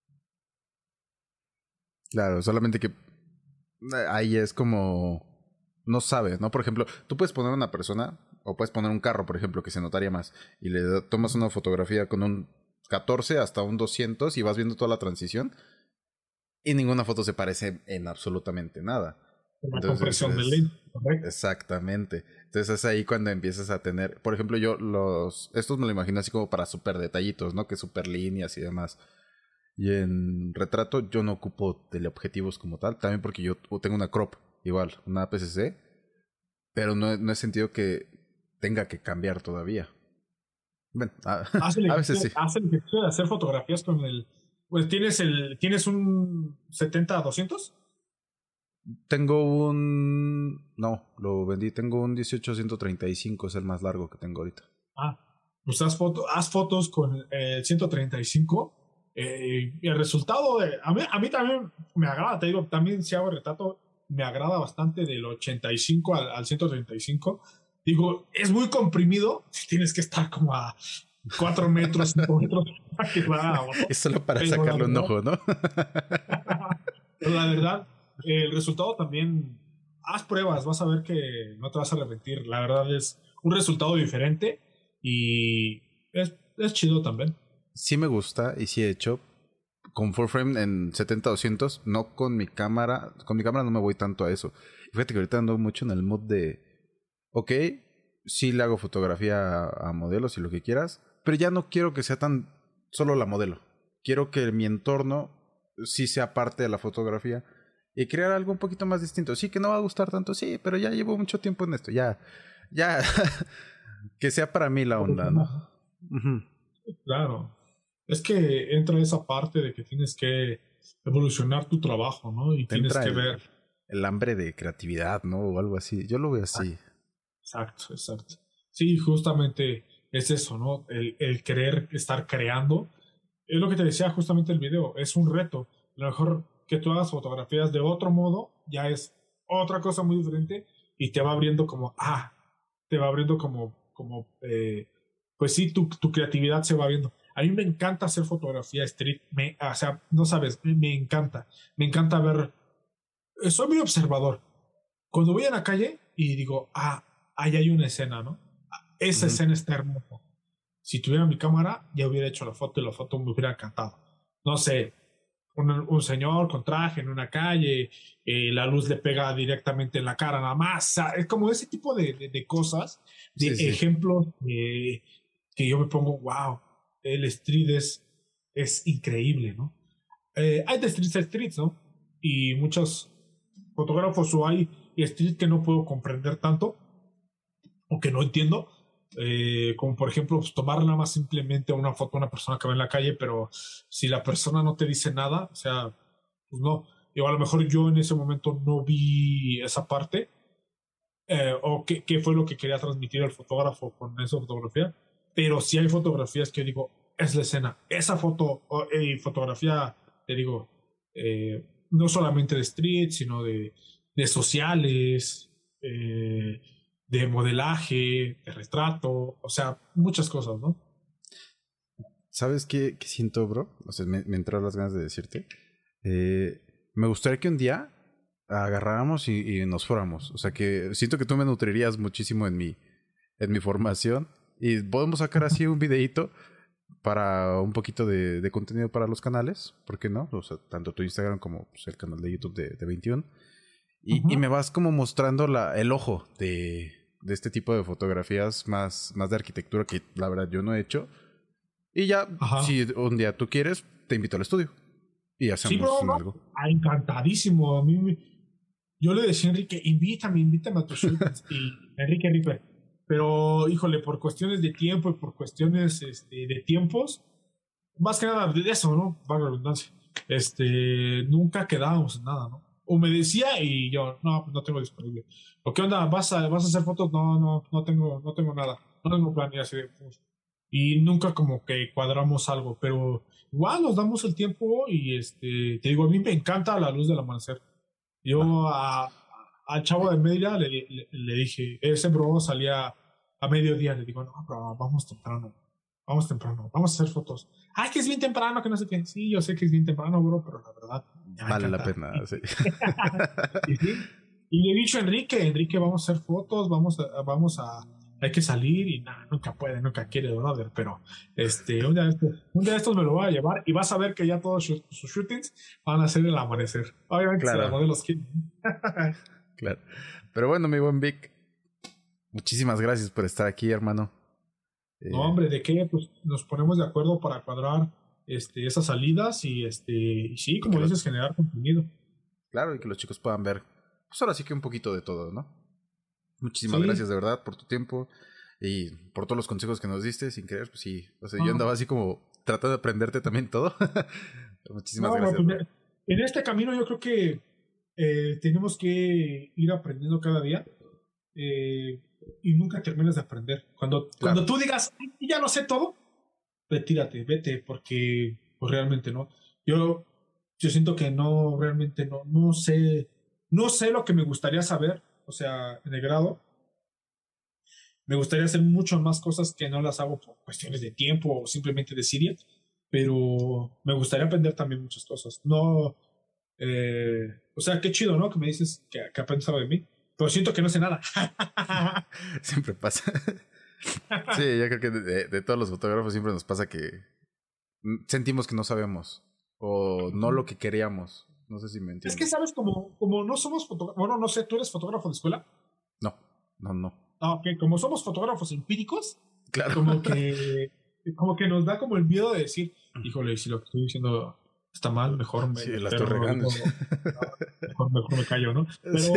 Claro, solamente que ahí es como... No sabes, ¿no? Por ejemplo, tú puedes poner una persona o puedes poner un carro, por ejemplo, que se notaría más y le tomas una fotografía con un 14 hasta un 200 y vas viendo toda la transición y ninguna foto se parece en absolutamente nada. La compresión de lente, ¿correcto? Exactamente. Entonces es ahí cuando empiezas a tener... Por ejemplo, yo estos me lo imagino así como para super detallitos, ¿no? Que super líneas y demás. Y en retrato yo no ocupo teleobjetivos como tal, también porque yo tengo una crop, igual, una APS-C, pero no he sentido que tenga que cambiar todavía. Bueno, a veces sí. Haz el ejercicio de hacer fotografías con el... Pues ¿tienes un 70-200? Tengo un... No, lo vendí, tengo un 18-135, es el más largo que tengo ahorita. Pues haz fotos con el 135. Y el resultado a mí también me agrada, te digo, también si hago el retrato me agrada bastante del 85 al 135. Digo, es muy comprimido, tienes que estar como a 4 metros, 5 metros para que va. Es solo para sacarle un ojo, ¿no? Pero la verdad, el resultado también, haz pruebas, vas a ver que no te vas a arrepentir. La verdad es un resultado diferente y es chido también. Sí me gusta y sí he hecho con full frame en 70-200, no con mi cámara. Con mi cámara no me voy tanto a eso. Fíjate que ahorita ando mucho en el mood de ok, sí le hago fotografía a modelos y lo que quieras, pero ya no quiero que sea tan solo la modelo. Quiero que mi entorno sí sea parte de la fotografía y crear algo un poquito más distinto. Sí, que no va a gustar tanto, sí, pero ya llevo mucho tiempo en esto. Ya, que sea para mí la onda, ¿no? Uh-huh. Claro. Es que entra esa parte de que tienes que evolucionar tu trabajo, ¿no? Y tienes que ver el hambre de creatividad, ¿no? O algo así. Yo lo veo así. Exacto. Sí, justamente es eso, ¿no? El querer estar creando. Es lo que te decía justamente el video. Es un reto. A lo mejor que tú hagas fotografías de otro modo ya es otra cosa muy diferente y te va abriendo como, pues sí, tu creatividad se va viendo. A mí me encanta hacer fotografía street, o sea, no sabes, me encanta. Me encanta ver, soy muy observador. Cuando voy a la calle y digo, ahí hay una escena, ¿no? Esa escena está hermosa. Si tuviera mi cámara, ya hubiera hecho la foto y la foto me hubiera encantado. No sé, un señor con traje en una calle, la luz le pega directamente en la cara nada más. O sea, es como ese tipo de cosas, de ejemplos que yo me pongo, wow, el street es increíble, ¿no? Hay de streets a streets, ¿no? Y muchos fotógrafos o hay street que no puedo comprender tanto o que no entiendo. Como por ejemplo pues, tomar nada más simplemente una foto de una persona que va en la calle, pero si la persona no te dice nada, o sea, pues no. O a lo mejor yo en ese momento no vi esa parte, o qué fue lo que quería transmitir el fotógrafo con esa fotografía, pero si hay fotografías que yo digo, es la escena, esa foto, fotografía, te digo, no solamente de street, sino de sociales, de modelaje, de retrato, o sea, muchas cosas, ¿no? ¿Sabes qué siento, bro? O sea, me entraron las ganas de decirte. Me gustaría que un día agarráramos y nos fuéramos. O sea, que siento que tú me nutrirías muchísimo en mi formación. Y podemos sacar así un videíto para un poquito de contenido para los canales. ¿Por qué no? O sea, tanto tu Instagram como pues, el canal de YouTube de 21. Y me vas como mostrando el ojo de este tipo de fotografías más de arquitectura que la verdad yo no he hecho. Y ya, si un día tú quieres, te invito al estudio. Y hacemos algo. Encantadísimo. A mí yo le decía a Enrique, invítame a tus shootings. Y Enrique. Pero, híjole, por cuestiones de tiempo y por cuestiones de tiempos, más que nada de eso, ¿no? Vaga redundancia. Nunca quedábamos en nada, ¿no? O me decía y yo, no tengo disponible. ¿O qué onda? ¿Vas a hacer fotos? No tengo nada. No tengo plan. Y así de, pues. Y nunca como que cuadramos algo, pero igual nos damos el tiempo y te digo, a mí me encanta la luz del amanecer. Yo al chavo de media le dije, ese bro salía a mediodía, le digo, no, bro, vamos temprano, vamos a hacer fotos. Ay, que es bien temprano, que no sé qué. Sí, yo sé que es bien temprano, bro, pero la verdad vale la pena, sí. Y le he dicho a Enrique, vamos a hacer fotos, hay que salir y nunca quiere, brother, pero un día de estos me lo voy a llevar y vas a ver que ya todos sus shootings van a ser el amanecer. Obviamente claro. Se los modelos quieren. Claro. Pero bueno, mi buen Vic, muchísimas gracias por estar aquí, hermano. No, hombre, ¿de qué? Pues nos ponemos de acuerdo para cuadrar esas salidas y sí, como dices, generar contenido. Claro, y que los chicos puedan ver, pues ahora sí que un poquito de todo, ¿no? Muchísimas gracias de verdad por tu tiempo y por todos los consejos que nos diste, sin querer, pues sí, o sea, yo andaba así como tratando de aprenderte también todo. Muchísimas gracias. Pues, en este camino yo creo que tenemos que ir aprendiendo cada día y nunca terminas de aprender. Cuando tú digas, ya lo sé todo, retírate, vete, porque pues realmente no. Yo siento que realmente no sé lo que me gustaría saber. O sea, en el grado, me gustaría hacer muchas más cosas que no las hago por cuestiones de tiempo o simplemente de Siria, pero me gustaría aprender también muchas cosas. No, o sea, qué chido, ¿no? Que me dices que ha pensado de mí, pero siento que no sé nada. Siempre pasa. Sí, yo creo que de todos los fotógrafos siempre nos pasa que sentimos que no sabemos o no lo que queríamos. No sé si me entiendes. Es que, ¿sabes? Como no somos fotógrafos... Bueno, no sé, ¿tú eres fotógrafo de escuela? No. que como somos fotógrafos empíricos, Claro. como que nos da como el miedo de decir, híjole, si lo que estoy diciendo está mal, mejor me... Sí, la estoy regando. Mejor me callo, ¿no? Sí.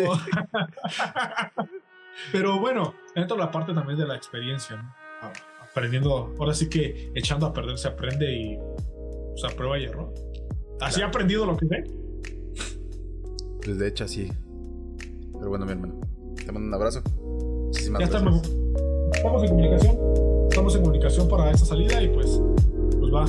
Pero bueno, entra la parte también de la experiencia, ¿no? Aprendiendo, ahora sí que echando a perder se aprende y, o sea, prueba y error. ¿Así he aprendido lo que sé? Pues de hecho, sí. Pero bueno, mi hermano, te mando un abrazo. Muchísimas Ya gracias. estamos en comunicación. Estamos en comunicación para esa salida y pues va.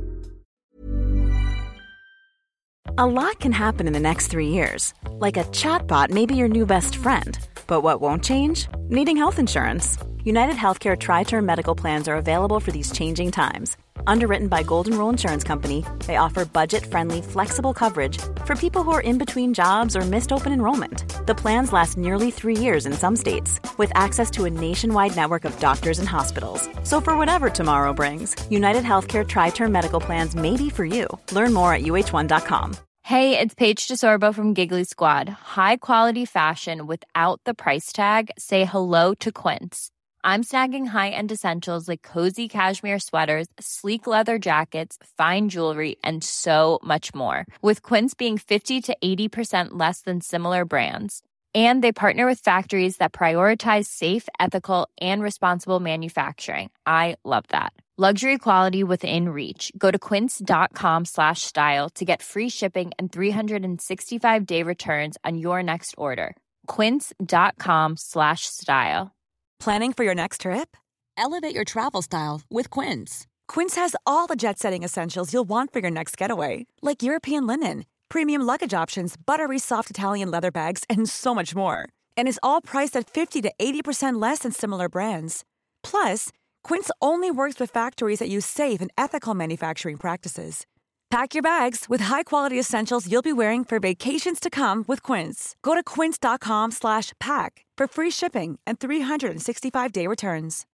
A lot can happen in the next 3 years. Like a chatbot may be your new best friend. But what won't change? Needing health insurance. United Healthcare Tri-Term Medical Plans are available for these changing times. Underwritten by Golden Rule Insurance Company, they offer budget-friendly, flexible coverage for people who are in between jobs or missed open enrollment. The plans last nearly 3 years in some states, with access to a nationwide network of doctors and hospitals. So for whatever tomorrow brings, United Healthcare Tri-Term Medical Plans may be for you. Learn more at uh1.com. Hey, it's Paige DeSorbo from Giggly Squad. High quality fashion without the price tag. Say hello to Quince. I'm snagging high-end essentials like cozy cashmere sweaters, sleek leather jackets, fine jewelry, and so much more. With Quince being 50 to 80% less than similar brands. And they partner with factories that prioritize safe, ethical, and responsible manufacturing. I love that. Luxury quality within reach. Go to quince.com/style to get free shipping and 365-day returns on your next order. Quince.com/style. Planning for your next trip? Elevate your travel style with Quince. Quince has all the jet-setting essentials you'll want for your next getaway, like European linen, premium luggage options, buttery soft Italian leather bags, and so much more. And is all priced at 50 to 80% less than similar brands. Plus, Quince only works with factories that use safe and ethical manufacturing practices. Pack your bags with high-quality essentials you'll be wearing for vacations to come with Quince. Go to quince.com/pack for free shipping and 365-day returns.